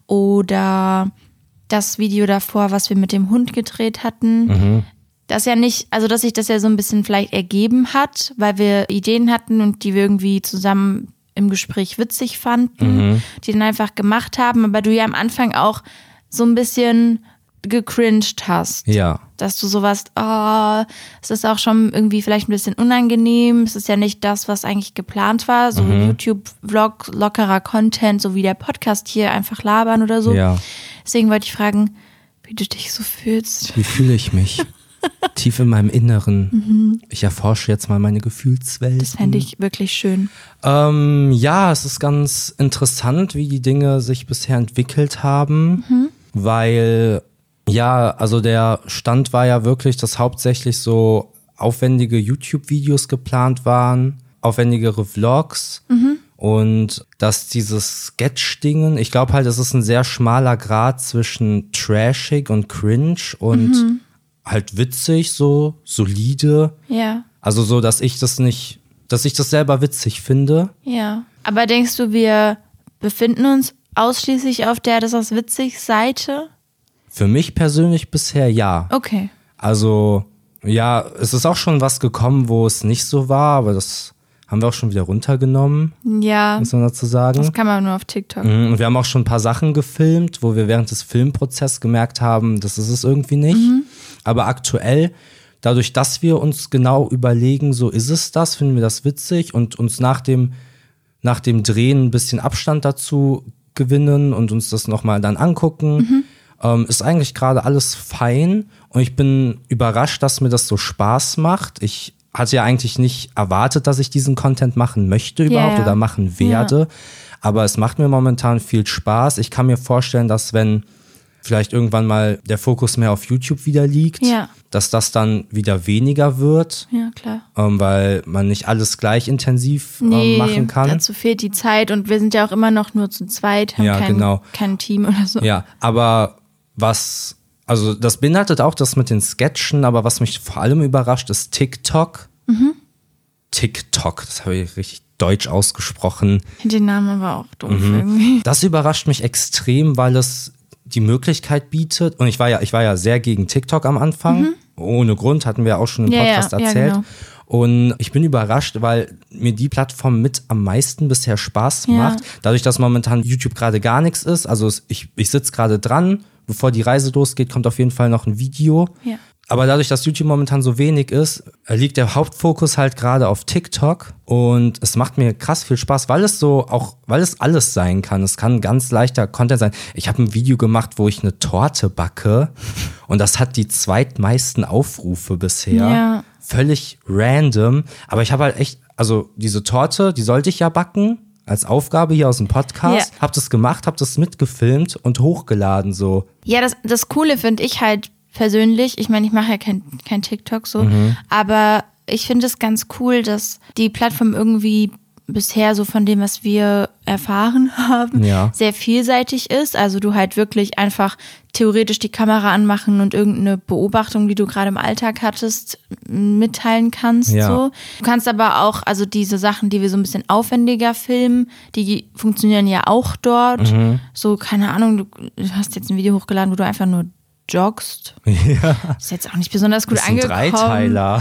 oder das Video davor, was wir mit dem Hund gedreht hatten, mhm. das ja nicht, also dass sich das ja so ein bisschen vielleicht ergeben hat, weil wir Ideen hatten und die wir irgendwie zusammen im Gespräch witzig fanden, mhm. die dann einfach gemacht haben, aber du ja am Anfang auch so ein bisschen gecringed hast. Ja. Dass du sowas, oh, es ist auch schon irgendwie vielleicht ein bisschen unangenehm, es ist ja nicht das, was eigentlich geplant war, so mhm. YouTube-Vlog, lockerer Content, so wie der Podcast hier, einfach labern oder so. Ja. Deswegen wollte ich fragen, wie du dich so fühlst. Wie fühle ich mich? Tief in meinem Inneren. Mhm. Ich erforsche jetzt mal meine Gefühlswelt. Das fände ich wirklich schön. Ähm, ja, es ist ganz interessant, wie die Dinge sich bisher entwickelt haben, mhm. weil, ja, also der Stand war ja wirklich, dass hauptsächlich so aufwendige YouTube-Videos geplant waren, aufwendigere Vlogs mhm. und dass dieses Sketch-Dingen, ich glaube halt, es ist ein sehr schmaler Grad zwischen trashig und cringe und mhm. halt witzig, so solide. Ja. Also so, dass ich das nicht, dass ich das selber witzig finde. Ja. Aber denkst du, wir befinden uns ausschließlich auf der Das ist witzig Seite? Für mich persönlich bisher ja. Okay. Also, ja, es ist auch schon was gekommen, wo es nicht so war, aber das haben wir auch schon wieder runtergenommen. Ja. Muss man dazu sagen. Das kann man nur auf TikTok. Mhm, und wir haben auch schon ein paar Sachen gefilmt, wo wir während des Filmprozesses gemerkt haben, das ist es irgendwie nicht. Mhm. Aber aktuell, dadurch, dass wir uns genau überlegen, so ist es das, finden wir das witzig und uns nach dem, nach dem Drehen ein bisschen Abstand dazu gewinnen und uns das nochmal dann angucken, mhm. ähm, ist eigentlich gerade alles fein. Und ich bin überrascht, dass mir das so Spaß macht. Ich hatte ja eigentlich nicht erwartet, dass ich diesen Content machen möchte überhaupt yeah. oder machen werde. Ja. Aber es macht mir momentan viel Spaß. Ich kann mir vorstellen, dass wenn vielleicht irgendwann mal der Fokus mehr auf YouTube wieder liegt, ja. dass das dann wieder weniger wird. Ja, klar. Ähm, weil man nicht alles gleich intensiv nee, ähm, machen kann. Dazu fehlt die Zeit und wir sind ja auch immer noch nur zu zweit, haben ja, kein, genau. kein Team oder so. Ja, aber was, also das beinhaltet auch das mit den Sketchen, aber was mich vor allem überrascht, ist TikTok. Mhm. TikTok, das habe ich richtig deutsch ausgesprochen. Den Namen aber auch doof mhm. irgendwie. Das überrascht mich extrem, weil es die Möglichkeit bietet, und ich war ja, ich war ja sehr gegen TikTok am Anfang, mhm. ohne Grund, hatten wir auch schon im Podcast ja, ja, erzählt. Ja, genau. Und ich bin überrascht, weil mir die Plattform mit am meisten bisher Spaß macht. Ja. Dadurch, dass momentan YouTube gerade gar nichts ist. Also ich, ich sitze gerade dran, bevor die Reise losgeht, kommt auf jeden Fall noch ein Video. Ja. Aber dadurch, dass YouTube momentan so wenig ist, liegt der Hauptfokus halt gerade auf TikTok. Und es macht mir krass viel Spaß, weil es so auch, weil es alles sein kann. Es kann ganz leichter Content sein. Ich habe ein Video gemacht, wo ich eine Torte backe. Und das hat die zweitmeisten Aufrufe bisher. Ja. Völlig random. Aber ich habe halt echt, also diese Torte, die sollte ich ja backen. Als Aufgabe hier aus dem Podcast. Ja. Hab das gemacht, hab das mitgefilmt und hochgeladen so. Ja, das, das Coole finde ich halt persönlich, ich meine, ich mache ja kein, kein TikTok so, mhm. aber ich finde es ganz cool, dass die Plattform irgendwie bisher so von dem, was wir erfahren haben, ja. sehr vielseitig ist. Also du halt wirklich einfach theoretisch die Kamera anmachen und irgendeine Beobachtung, die du gerade im Alltag hattest, mitteilen kannst. Ja. So. Du kannst aber auch, also diese Sachen, die wir so ein bisschen aufwendiger filmen, die funktionieren ja auch dort. Mhm. So, keine Ahnung, du, du hast jetzt ein Video hochgeladen, wo du einfach nur joggst. Ja. Ist jetzt auch nicht besonders gut angekommen. Das ist ein Dreiteiler.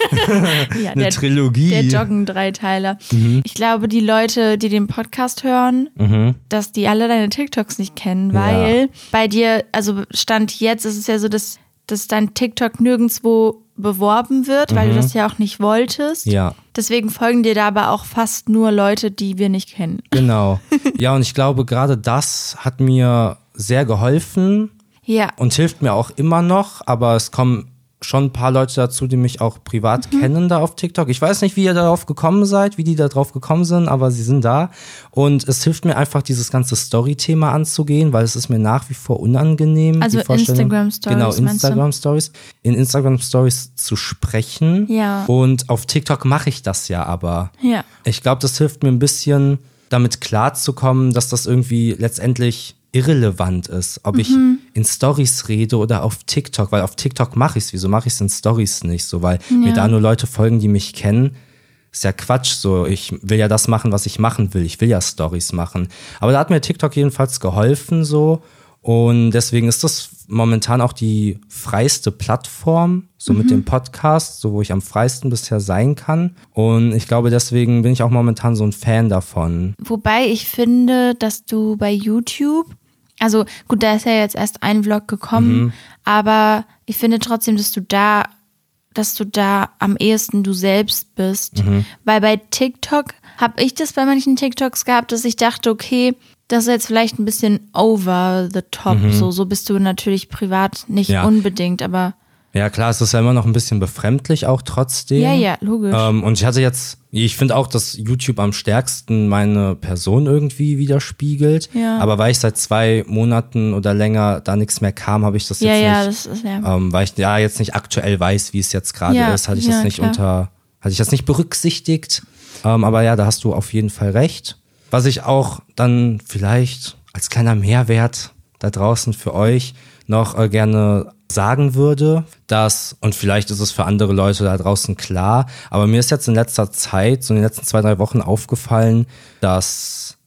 ja, Eine der, Trilogie. Der Joggen-Dreiteiler. Mhm. Ich glaube, die Leute, die den Podcast hören, mhm. dass die alle deine TikToks nicht kennen, weil ja. bei dir, also Stand jetzt ist es ja so, dass, dass dein TikTok nirgendwo beworben wird, weil mhm. du das ja auch nicht wolltest. Ja. Deswegen folgen dir da aber auch fast nur Leute, die wir nicht kennen. Genau. Ja, und ich glaube, gerade das hat mir sehr geholfen. Ja. Und hilft mir auch immer noch, aber es kommen schon ein paar Leute dazu, die mich auch privat mhm. kennen da auf TikTok. Ich weiß nicht, wie ihr darauf gekommen seid, wie die da drauf gekommen sind, aber sie sind da. Und es hilft mir einfach, dieses ganze Story-Thema anzugehen, weil es ist mir nach wie vor unangenehm. Also Instagram-Stories. Genau, Instagram-Stories. In Instagram-Stories zu sprechen. Ja. Und auf TikTok mache ich das ja aber. Ja. Ich glaube, das hilft mir ein bisschen, damit klarzukommen, dass das irgendwie letztendlich irrelevant ist, ob mhm. ich in Stories rede oder auf TikTok, weil auf TikTok mache ich es. Wieso mache ich es in Stories nicht so? Weil ja. mir da nur Leute folgen, die mich kennen. Ist ja Quatsch so. Ich will ja das machen, was ich machen will. Ich will ja Stories machen. Aber da hat mir TikTok jedenfalls geholfen so. Und deswegen ist das momentan auch die freiste Plattform, so mhm. mit dem Podcast, so wo ich am freisten bisher sein kann. Und ich glaube, deswegen bin ich auch momentan so ein Fan davon. Wobei ich finde, dass du bei YouTube, also gut, da ist ja jetzt erst ein Vlog gekommen, mhm. aber ich finde trotzdem, dass du da, dass du da am ehesten du selbst bist. Mhm. Weil bei TikTok habe ich das bei manchen TikToks gehabt, dass ich dachte, okay, das ist jetzt vielleicht ein bisschen over the top. Mhm. So, so bist du natürlich privat nicht ja. unbedingt, aber. Ja, klar, es ist ja immer noch ein bisschen befremdlich auch trotzdem. Ja, ja, logisch. Ähm, und ich hatte jetzt, ich finde auch, dass YouTube am stärksten meine Person irgendwie widerspiegelt. Ja. Aber weil ich seit zwei Monaten oder länger da nichts mehr kam, habe ich das ja, jetzt ja, nicht. Das ist, ja. Ähm, weil ich ja jetzt nicht aktuell weiß, wie es jetzt gerade ja, ist, hatte ich ja, das nicht klar. unter, hatte ich das nicht berücksichtigt. Ähm, aber ja, da hast du auf jeden Fall recht. Was ich auch dann vielleicht als kleiner Mehrwert da draußen für euch noch äh, gerne sagen würde, dass, und vielleicht ist es für andere Leute da draußen klar, aber mir ist jetzt in letzter Zeit, so in den letzten zwei, drei Wochen aufgefallen, dass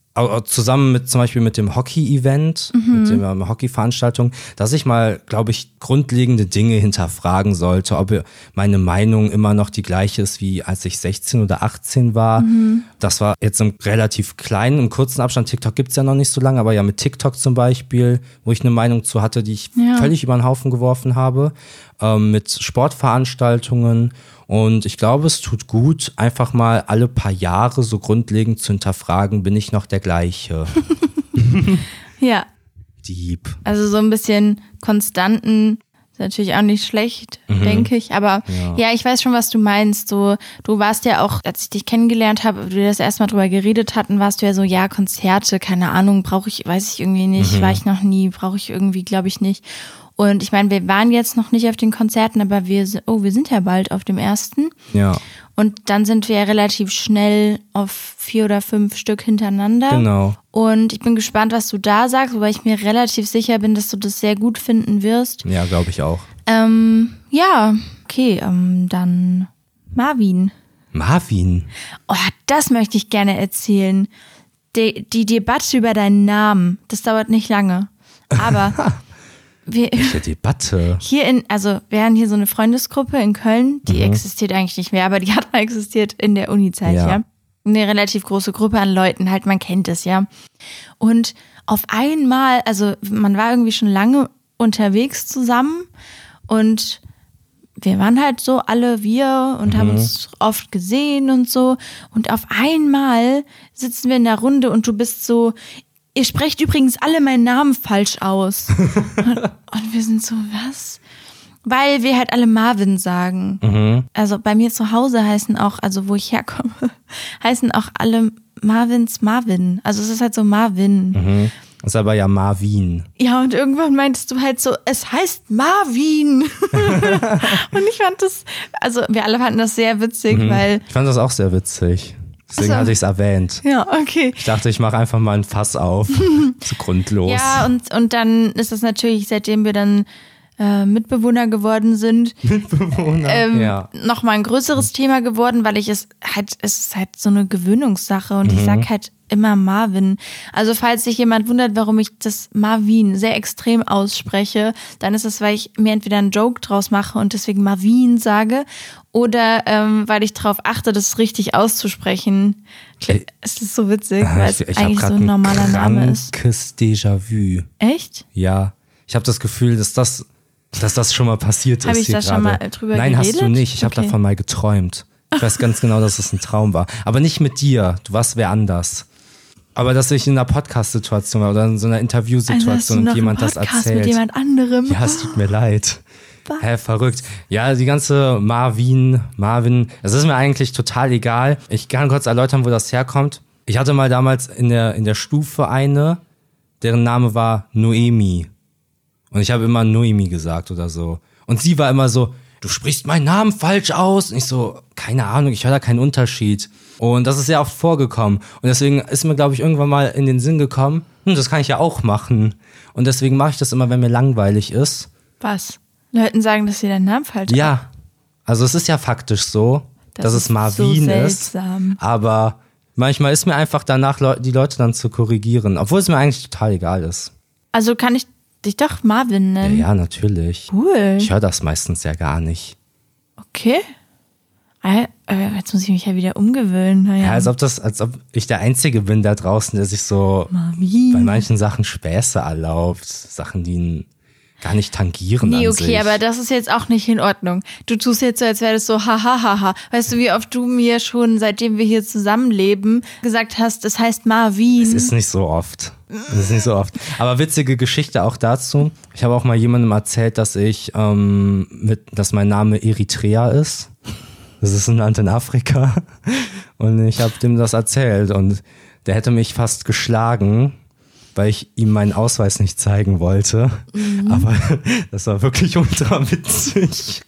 zusammen mit zum Beispiel mit dem Hockey-Event, mhm. mit der Hockey-Veranstaltung, dass ich mal, glaube ich, grundlegende Dinge hinterfragen sollte, ob meine Meinung immer noch die gleiche ist, wie als ich sechzehn oder achtzehn war. Mhm. Das war jetzt im relativ kleinen, im kurzen Abstand. TikTok gibt's ja noch nicht so lange, aber ja mit TikTok zum Beispiel, wo ich eine Meinung zu hatte, die ich ja. völlig über den Haufen geworfen habe, ähm, mit Sportveranstaltungen. Und ich glaube, es tut gut, einfach mal alle paar Jahre so grundlegend zu hinterfragen, bin ich noch der gleiche? Ja. Deep. Also so ein bisschen konstanten ist natürlich auch nicht schlecht, mhm. denke ich. Aber ja. ja, ich weiß schon, was du meinst. So, du warst ja auch, als ich dich kennengelernt habe, wir das erstmal drüber geredet hatten, warst du ja so, ja, Konzerte, keine Ahnung, brauche ich, weiß ich irgendwie nicht, mhm. war ich noch nie, brauche ich irgendwie, glaube ich nicht. Und ich meine, wir waren jetzt noch nicht auf den Konzerten, aber wir, oh, wir sind ja bald auf dem ersten. Ja. Und dann sind wir ja relativ schnell auf vier oder fünf Stück hintereinander. Genau. Und ich bin gespannt, was du da sagst, wobei ich mir relativ sicher bin, dass du das sehr gut finden wirst. Ja, glaube ich auch. Ähm, ja, okay, ähm, dann Marvin. Marvin? Oh, das möchte ich gerne erzählen. Die, die Debatte über deinen Namen, das dauert nicht lange. Aber... Wir, Welche Debatte? Hier in, also wir haben hier so eine Freundesgruppe in Köln, die mhm. existiert eigentlich nicht mehr, aber die hat mal existiert in der Uni-Zeit, ja. ja. Eine relativ große Gruppe an Leuten, halt, man kennt es, ja. Und auf einmal, also man war irgendwie schon lange unterwegs zusammen und wir waren halt so alle wir und mhm. haben uns oft gesehen und so. Und auf einmal sitzen wir in der Runde und du bist so, ihr sprecht übrigens alle meinen Namen falsch aus. Und wir sind so, was? Weil wir halt alle Marvin sagen. Mhm. Also bei mir zu Hause heißen auch, also wo ich herkomme, heißen auch alle Marvins Marvin. Also es ist halt so Marvin. Mhm. Das ist aber ja Marvin. Ja, und irgendwann meintest du halt so, es heißt Marvin. Und ich fand das, also wir alle fanden das sehr witzig, mhm. weil... Ich fand das auch sehr witzig. Deswegen also, hatte ich es erwähnt. Ja, okay. Ich dachte, ich mache einfach mal ein Fass auf. Zu grundlos. Ja, und, und dann ist es natürlich, seitdem wir dann äh, Mitbewohner geworden sind, Mitbewohner, ähm, ja. nochmal ein größeres Thema geworden, weil ich es halt, es ist halt so eine Gewöhnungssache und mhm. ich sag halt immer Marvin. Also falls sich jemand wundert, warum ich das Marvin sehr extrem ausspreche, dann ist es, weil ich mir entweder einen Joke draus mache und deswegen Marvin sage oder ähm, weil ich darauf achte, das richtig auszusprechen. Es ist so witzig, weil es ich, ich eigentlich so ein normaler Name ist. Krankes Déjà-vu. Echt? Ja. Ich habe das Gefühl, dass das, dass das schon mal passiert hab ist. Habe ich da schon mal drüber Nein, geredet? hast du nicht. Ich habe okay. davon mal geträumt. Ich weiß ganz genau, dass es ein Traum war. Aber nicht mit dir. Du warst wer anders. Aber dass ich in einer Podcast-Situation war oder in so einer Interviewsituation also und jemand das erzählt. Mit jemand anderem. Ja, es tut mir leid. Hä, hey, verrückt. Ja, die ganze Marvin, Marvin, es ist mir eigentlich total egal. Ich kann kurz erläutern, wo das herkommt. Ich hatte mal damals in der, in der Stufe eine, deren Name war Noemi. Und ich habe immer Noemi gesagt oder so. Und sie war immer so, du sprichst meinen Namen falsch aus. Und ich so, keine Ahnung, ich höre da keinen Unterschied. Und das ist sehr oft vorgekommen. Und deswegen ist mir, glaube ich, irgendwann mal in den Sinn gekommen, hm, das kann ich ja auch machen. Und deswegen mache ich das immer, wenn mir langweilig ist. Was? Leuten sagen, dass sie deinen Namen falsch haben? Ja, also es ist ja faktisch so, das dass ist es Marvin so ist. Aber manchmal ist mir einfach danach, die Leute dann zu korrigieren. Obwohl es mir eigentlich total egal ist. Also kann ich dich doch Marvin nennen? Ja, ja, natürlich. Cool. Ich höre das meistens ja gar nicht. Okay. Jetzt muss ich mich ja wieder umgewöhnen. Naja. Ja, als ob das, als ob ich der Einzige bin da draußen, der sich so Marvin. bei manchen Sachen Späße erlaubt. Sachen, die ihn gar nicht tangieren. Nee, an okay, sich. aber das ist jetzt auch nicht in Ordnung. Du tust jetzt so, als wäre das so, hahaha. Weißt du, wie oft du mir schon, seitdem wir hier zusammenleben, gesagt hast, es heißt Marvin. Es ist nicht so oft. Es ist nicht so oft. Aber witzige Geschichte auch dazu. Ich habe auch mal jemandem erzählt, dass ich, ähm, mit, dass mein Name Eritrea ist. Das ist ein Land in Afrika. Und ich habe dem das erzählt. Und der hätte mich fast geschlagen, weil ich ihm meinen Ausweis nicht zeigen wollte. Mhm. Aber das war wirklich ultra witzig.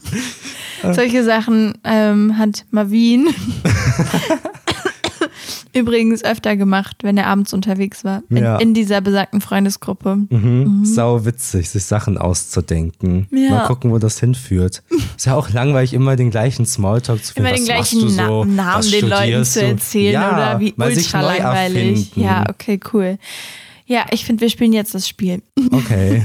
Solche Sachen ähm, hat Marvin Übrigens öfter gemacht, wenn er abends unterwegs war. In, Ja. in dieser besagten Freundesgruppe. Mhm. Mhm. Sau witzig, sich Sachen auszudenken. Ja. Mal gucken, wo das hinführt. Ist ja auch langweilig, immer den gleichen Smalltalk zu finden. Immer Was den machst gleichen du so? Na- Namen Was den Leuten studierst zu du? erzählen Ja, oder wie mal sich ultra neu langweilig. erfinden. Ja, okay, cool. Ja, ich finde, wir spielen jetzt das Spiel. Okay.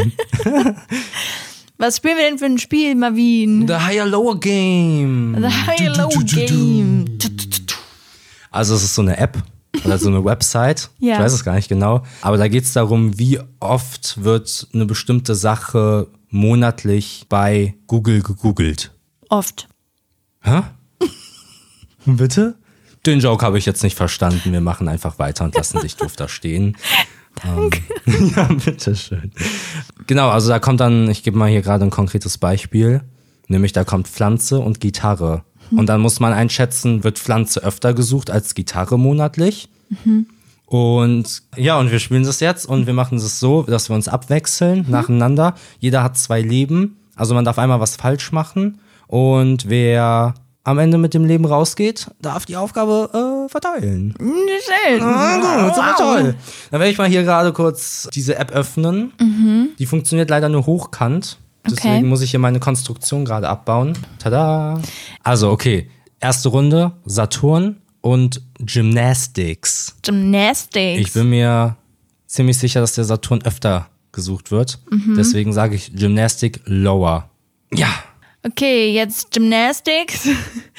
Was spielen wir denn für ein Spiel, Marvin? The Higher Lower Game. The Higher Lower Game. Also es ist so eine App oder so eine Website. Ja. Ich weiß es gar nicht genau. Aber da geht es darum, wie oft wird eine bestimmte Sache monatlich bei Google gegoogelt. Oft. Hä? Bitte? Den Joke habe ich jetzt nicht verstanden. Wir machen einfach weiter und lassen dich doof da stehen. Danke. Ähm, ja, bitteschön. Genau, also da kommt dann, ich gebe mal hier gerade ein konkretes Beispiel, nämlich da kommt Pflanze und Gitarre. Mhm. Und dann muss man einschätzen, wird Pflanze öfter gesucht als Gitarre monatlich? Mhm. Und ja, und wir spielen das jetzt und wir machen es so, dass wir uns abwechseln, mhm. nacheinander. Jeder hat zwei Leben, also man darf einmal was falsch machen und wer am Ende mit dem Leben rausgeht, darf die Aufgabe äh, verteilen. Schön. Ah, gut, super toll. Dann werde ich mal hier gerade kurz diese App öffnen. Mhm. Die funktioniert leider nur hochkant. Deswegen okay. muss ich hier meine Konstruktion gerade abbauen. Tada! Also, okay. Erste Runde, Saturn und Gymnastics. Gymnastics. Ich bin mir ziemlich sicher, dass der Saturn öfter gesucht wird. Mhm. Deswegen sage ich Gymnastic Lower. Ja. Okay, jetzt Gymnastics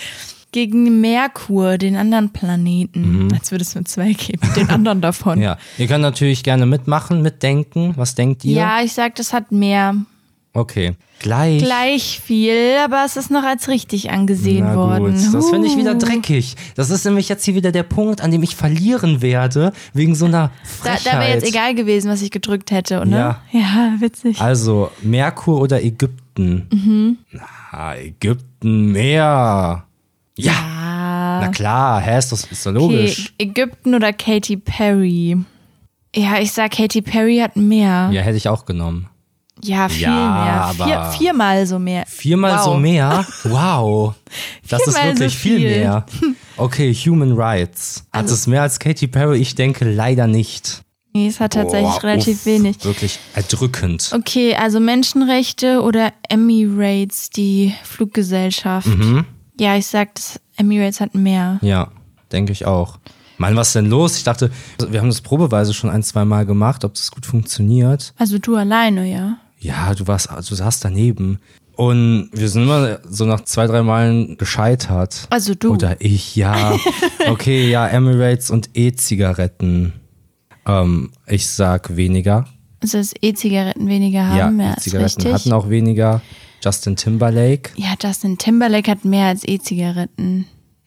gegen Merkur, den anderen Planeten. Mhm. Als würde es nur zwei geben, den anderen davon. Ja, ihr könnt natürlich gerne mitmachen, mitdenken. Was denkt ihr? Ja, ich sag, das hat mehr. Okay, gleich. Gleich viel, aber es ist noch als richtig angesehen Na worden. Gut. Das finde ich Uh. wieder dreckig. Das ist nämlich jetzt hier wieder der Punkt, an dem ich verlieren werde, wegen so einer Frechheit. Da, da wäre jetzt egal gewesen, was ich gedrückt hätte, oder? Ja. Ja, witzig. Also, Merkur oder Ägypten? Mhm. Na, Ägypten mehr. Ja. ja. Na klar, hä, ist das ist doch logisch. Okay, Ägypten oder Katy Perry? Ja, ich sag, Katy Perry hat mehr. Ja, hätte ich auch genommen. Ja, viel Ja, mehr. aber Vier, viermal so mehr. Viermal wow. so mehr? Wow. Das ist Viermal wirklich so viel. viel. viel mehr. Okay, Human Rights. Hat Also- es mehr als Katy Perry? Ich denke leider nicht. Nee, es hat tatsächlich Boah, relativ uff, wenig. Wirklich erdrückend. Okay, also Menschenrechte oder Emirates, die Fluggesellschaft. Mhm. Ja, ich sag, das Emirates hat mehr. Ja, denke ich auch. Mann, was ist denn los? Ich dachte, wir haben das probeweise schon ein, zwei Mal gemacht, ob das gut funktioniert. Also du alleine, ja? Ja, du warst, du saßt daneben. Und wir sind immer so nach zwei, drei Malen gescheitert. Also du. Oder ich, ja. Okay, ja, Emirates und E-Zigaretten. Ähm, ich sag weniger. Also dass E-Zigaretten weniger haben, ja, ja ist Zigaretten richtig. hatten auch weniger. Justin Timberlake. Ja, Justin Timberlake hat mehr als E-Zigaretten.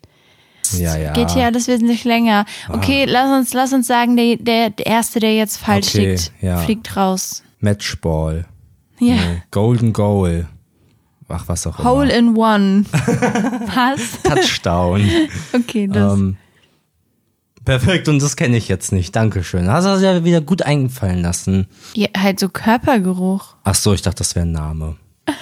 Ja, ja. Geht hier alles wesentlich länger. Okay, lass uns, lass uns sagen, der, der, der Erste, der jetzt falsch Okay, liegt, ja. fliegt raus. Matchball. Ja. Nee, Golden Goal. Ach, was auch immer. Hole in One. Was? Touchdown. Okay, das. ähm, perfekt, und das kenne ich jetzt nicht. Dankeschön. Hast du das ja wieder gut eingefallen lassen. Ja, halt so Körpergeruch. Ach so, ich dachte, das wäre ein Name.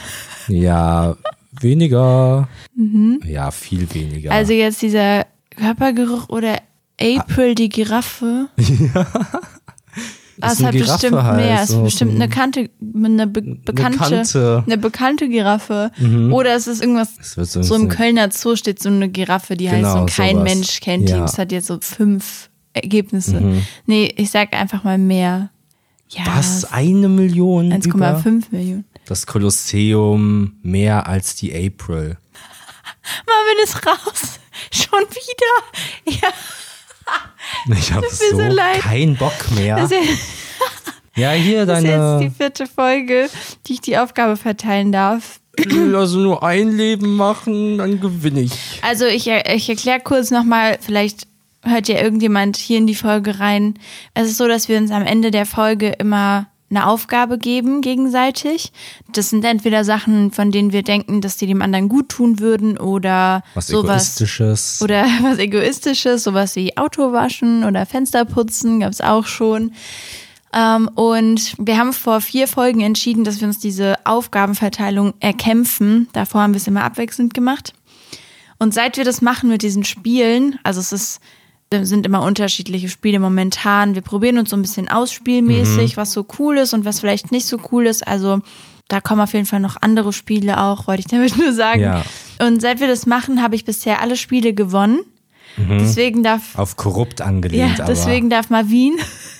Ja, weniger. Mhm. Ja, viel weniger. Also jetzt dieser Körpergeruch oder April die Giraffe. ja. Ah, es eine hat Giraffe bestimmt halt, mehr. Es ist so bestimmt ein- eine, Kante, eine, be bekannte, eine, Kante. bekannte Giraffe. Mhm. Oder es ist irgendwas, Es wird so, so im so- Kölner Zoo steht so eine Giraffe, die Genau, heißt so und kein sowas. Mensch kennt die. Ja. Das hat jetzt so fünf Ergebnisse. Mhm. Nee, ich sag einfach mal mehr. Ja, Was? Eine Million? eins Komma fünf Millionen. Das Kolosseum mehr als die April. Marvin ist raus. Schon wieder. Ja, Ich habe Tut mir so, so leid. keinen Bock mehr. das ist, jetzt, Ja, hier das ist jetzt die deine. vierte Folge, die ich die Aufgabe verteilen darf. Ich will also nur ein Leben machen, dann gewinne ich. Also ich, ich erkläre kurz nochmal, vielleicht hört ja irgendjemand hier in die Folge rein. Es ist so, dass wir uns am Ende der Folge immer eine Aufgabe geben gegenseitig. Das sind entweder Sachen, von denen wir denken, dass die dem anderen gut tun würden oder Was sowas. Egoistisches. Oder was Egoistisches, sowas wie Auto waschen oder Fenster putzen, gab es auch schon. Ähm, und wir haben vor vier Folgen entschieden, dass wir uns diese Aufgabenverteilung erkämpfen. Davor haben wir es immer abwechselnd gemacht. Und seit wir das machen mit diesen Spielen, also es ist sind immer unterschiedliche Spiele momentan. Wir probieren uns so ein bisschen aus spielmäßig, mhm. was so cool ist und was vielleicht nicht so cool ist. Also da kommen auf jeden Fall noch andere Spiele auch, wollte ich damit nur sagen. Ja. Und seit wir das machen, habe ich bisher alle Spiele gewonnen. Mhm. Deswegen darf... Auf korrupt angelehnt, ja, deswegen aber. darf Marvin...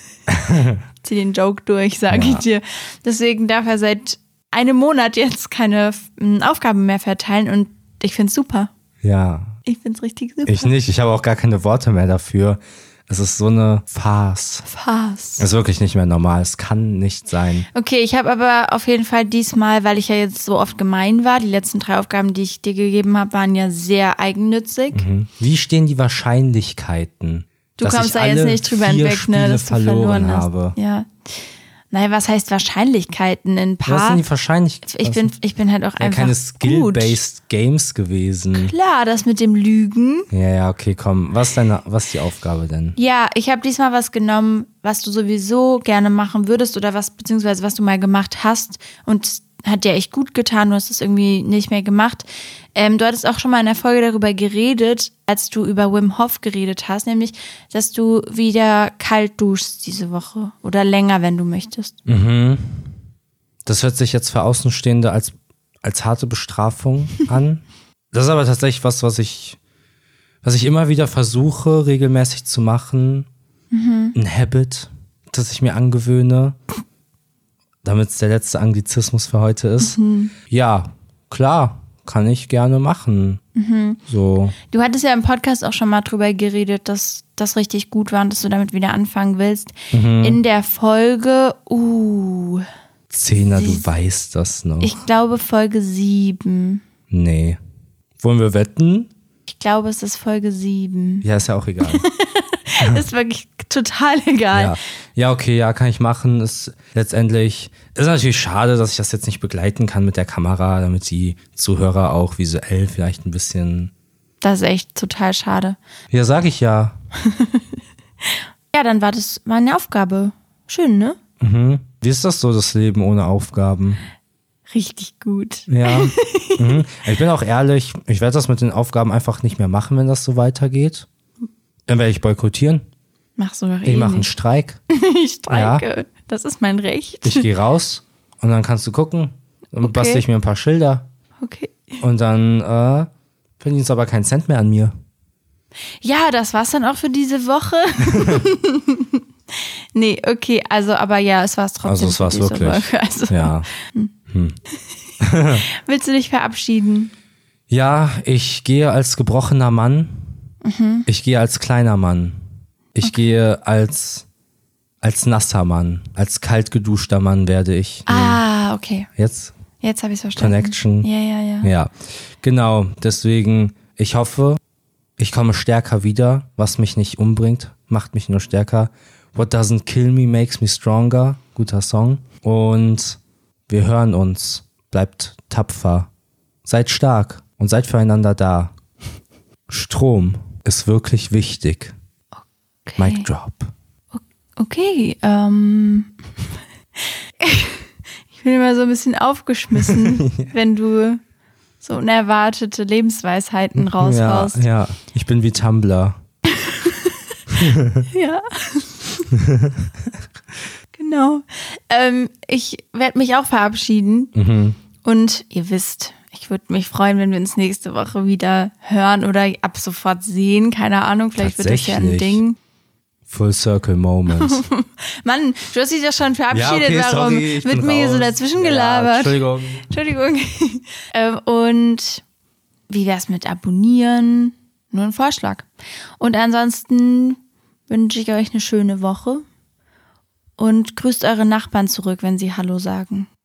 zieh den Joke durch, sage ja. ich dir. Deswegen darf er seit einem Monat jetzt keine Aufgaben mehr verteilen und ich find's super. Ja. Ich find's richtig super. Ich nicht, ich habe auch gar keine Worte mehr dafür. Es ist so eine Farce. Farce. Es ist wirklich nicht mehr normal, es kann nicht sein. Okay, ich habe aber auf jeden Fall diesmal, weil ich ja jetzt so oft gemein war, die letzten drei Aufgaben, die ich dir gegeben habe, waren ja sehr eigennützig. Mhm. Wie stehen die Wahrscheinlichkeiten? Du kommst da jetzt nicht drüber hinweg, ne, dass du verloren hast. Habe. Ja. Naja, was heißt Wahrscheinlichkeiten? In ein paar. Was sind die Wahrscheinlichkeiten? Ich bin, ich bin halt auch ja, einfach keine Skill-based Games gewesen. Klar, das mit dem Lügen. Ja, ja, okay, komm. Was ist deine, was ist die Aufgabe denn? Ja, ich habe diesmal was genommen, was du sowieso gerne machen würdest oder was, beziehungsweise was du mal gemacht hast und hat dir echt gut getan, du hast es irgendwie nicht mehr gemacht. Ähm, du hattest auch schon mal in der Folge darüber geredet, als du über Wim Hof geredet hast, nämlich, dass du wieder kalt duschst diese Woche oder länger, wenn du möchtest. Mhm. Das hört sich jetzt für Außenstehende als, als harte Bestrafung an. Das ist aber tatsächlich was, was ich, was ich immer wieder versuche, regelmäßig zu machen. Mhm. Ein Habit, das ich mir angewöhne. Damit es der letzte Anglizismus für heute ist. Mhm. Ja, klar, kann ich gerne machen. Mhm. So. Du hattest ja im Podcast auch schon mal drüber geredet, dass das richtig gut war und dass du damit wieder anfangen willst. Mhm. In der Folge, uh. Zehner, du weißt das noch. Ich glaube Folge sieben. Nee. Wollen wir wetten? Ich glaube, es ist Folge sieben. Ja, ist ja auch egal. Ist wirklich total egal. Ja. ja, okay, ja, kann ich machen. Ist letztendlich, ist natürlich schade, dass ich das jetzt nicht begleiten kann mit der Kamera, damit die Zuhörer auch visuell vielleicht ein bisschen. Das ist echt total schade. Ja, sag ich ja. Ja, dann war das meine Aufgabe. Schön, ne? Mhm. Wie ist das so, das Leben ohne Aufgaben? Richtig gut. Ja. mhm. Ich bin auch ehrlich, ich werde das mit den Aufgaben einfach nicht mehr machen, wenn das so weitergeht. Dann werde ich boykottieren. Machst du doch eh Ich mache einen Streik. Ich streike. Ja. Das ist mein Recht. Ich gehe raus und dann kannst du gucken. Dann okay. bastel ich mir ein paar Schilder. Okay. Und dann äh, verdienst du aber keinen Cent mehr an mir. Ja, das war's dann auch für diese Woche. Nee, okay, also aber ja, es war's trotzdem. Also es war's wirklich. Woche. Also, ja. Hm. Willst du dich verabschieden? Ja, ich gehe als gebrochener Mann. Mhm. Ich gehe als kleiner Mann. Ich okay. gehe als, als nasser Mann. Als kalt geduschter Mann werde ich. Ah, okay. Jetzt? Jetzt habe ich es verstanden. Connection. Ja, ja, ja. Ja, genau. Deswegen, ich hoffe, ich komme stärker wieder. Was mich nicht umbringt, macht mich nur stärker. What doesn't kill me makes me stronger. Guter Song. Und wir hören uns. Bleibt tapfer. Seid stark und seid füreinander da. Strom ist wirklich wichtig. Okay. Mic drop. Okay, ähm. Ich bin immer so ein bisschen aufgeschmissen, wenn du so unerwartete Lebensweisheiten raushaust. Ja, ja. Ich bin wie Tumblr. Ja. Genau. Ähm, ich werde mich auch verabschieden. Mhm. Und ihr wisst, ich würde mich freuen, wenn wir uns nächste Woche wieder hören oder ab sofort sehen. Keine Ahnung, vielleicht wird das ja ein Ding. Full Circle Moment. Mann, du hast dich ja schon verabschiedet. Ja, okay, Warum sorry, mit mir raus. So dazwischen gelabert? Ja, Entschuldigung. Entschuldigung. ähm, und wie wär's mit Abonnieren? Nur ein Vorschlag. Und ansonsten wünsche ich euch eine schöne Woche und grüßt eure Nachbarn zurück, wenn sie Hallo sagen.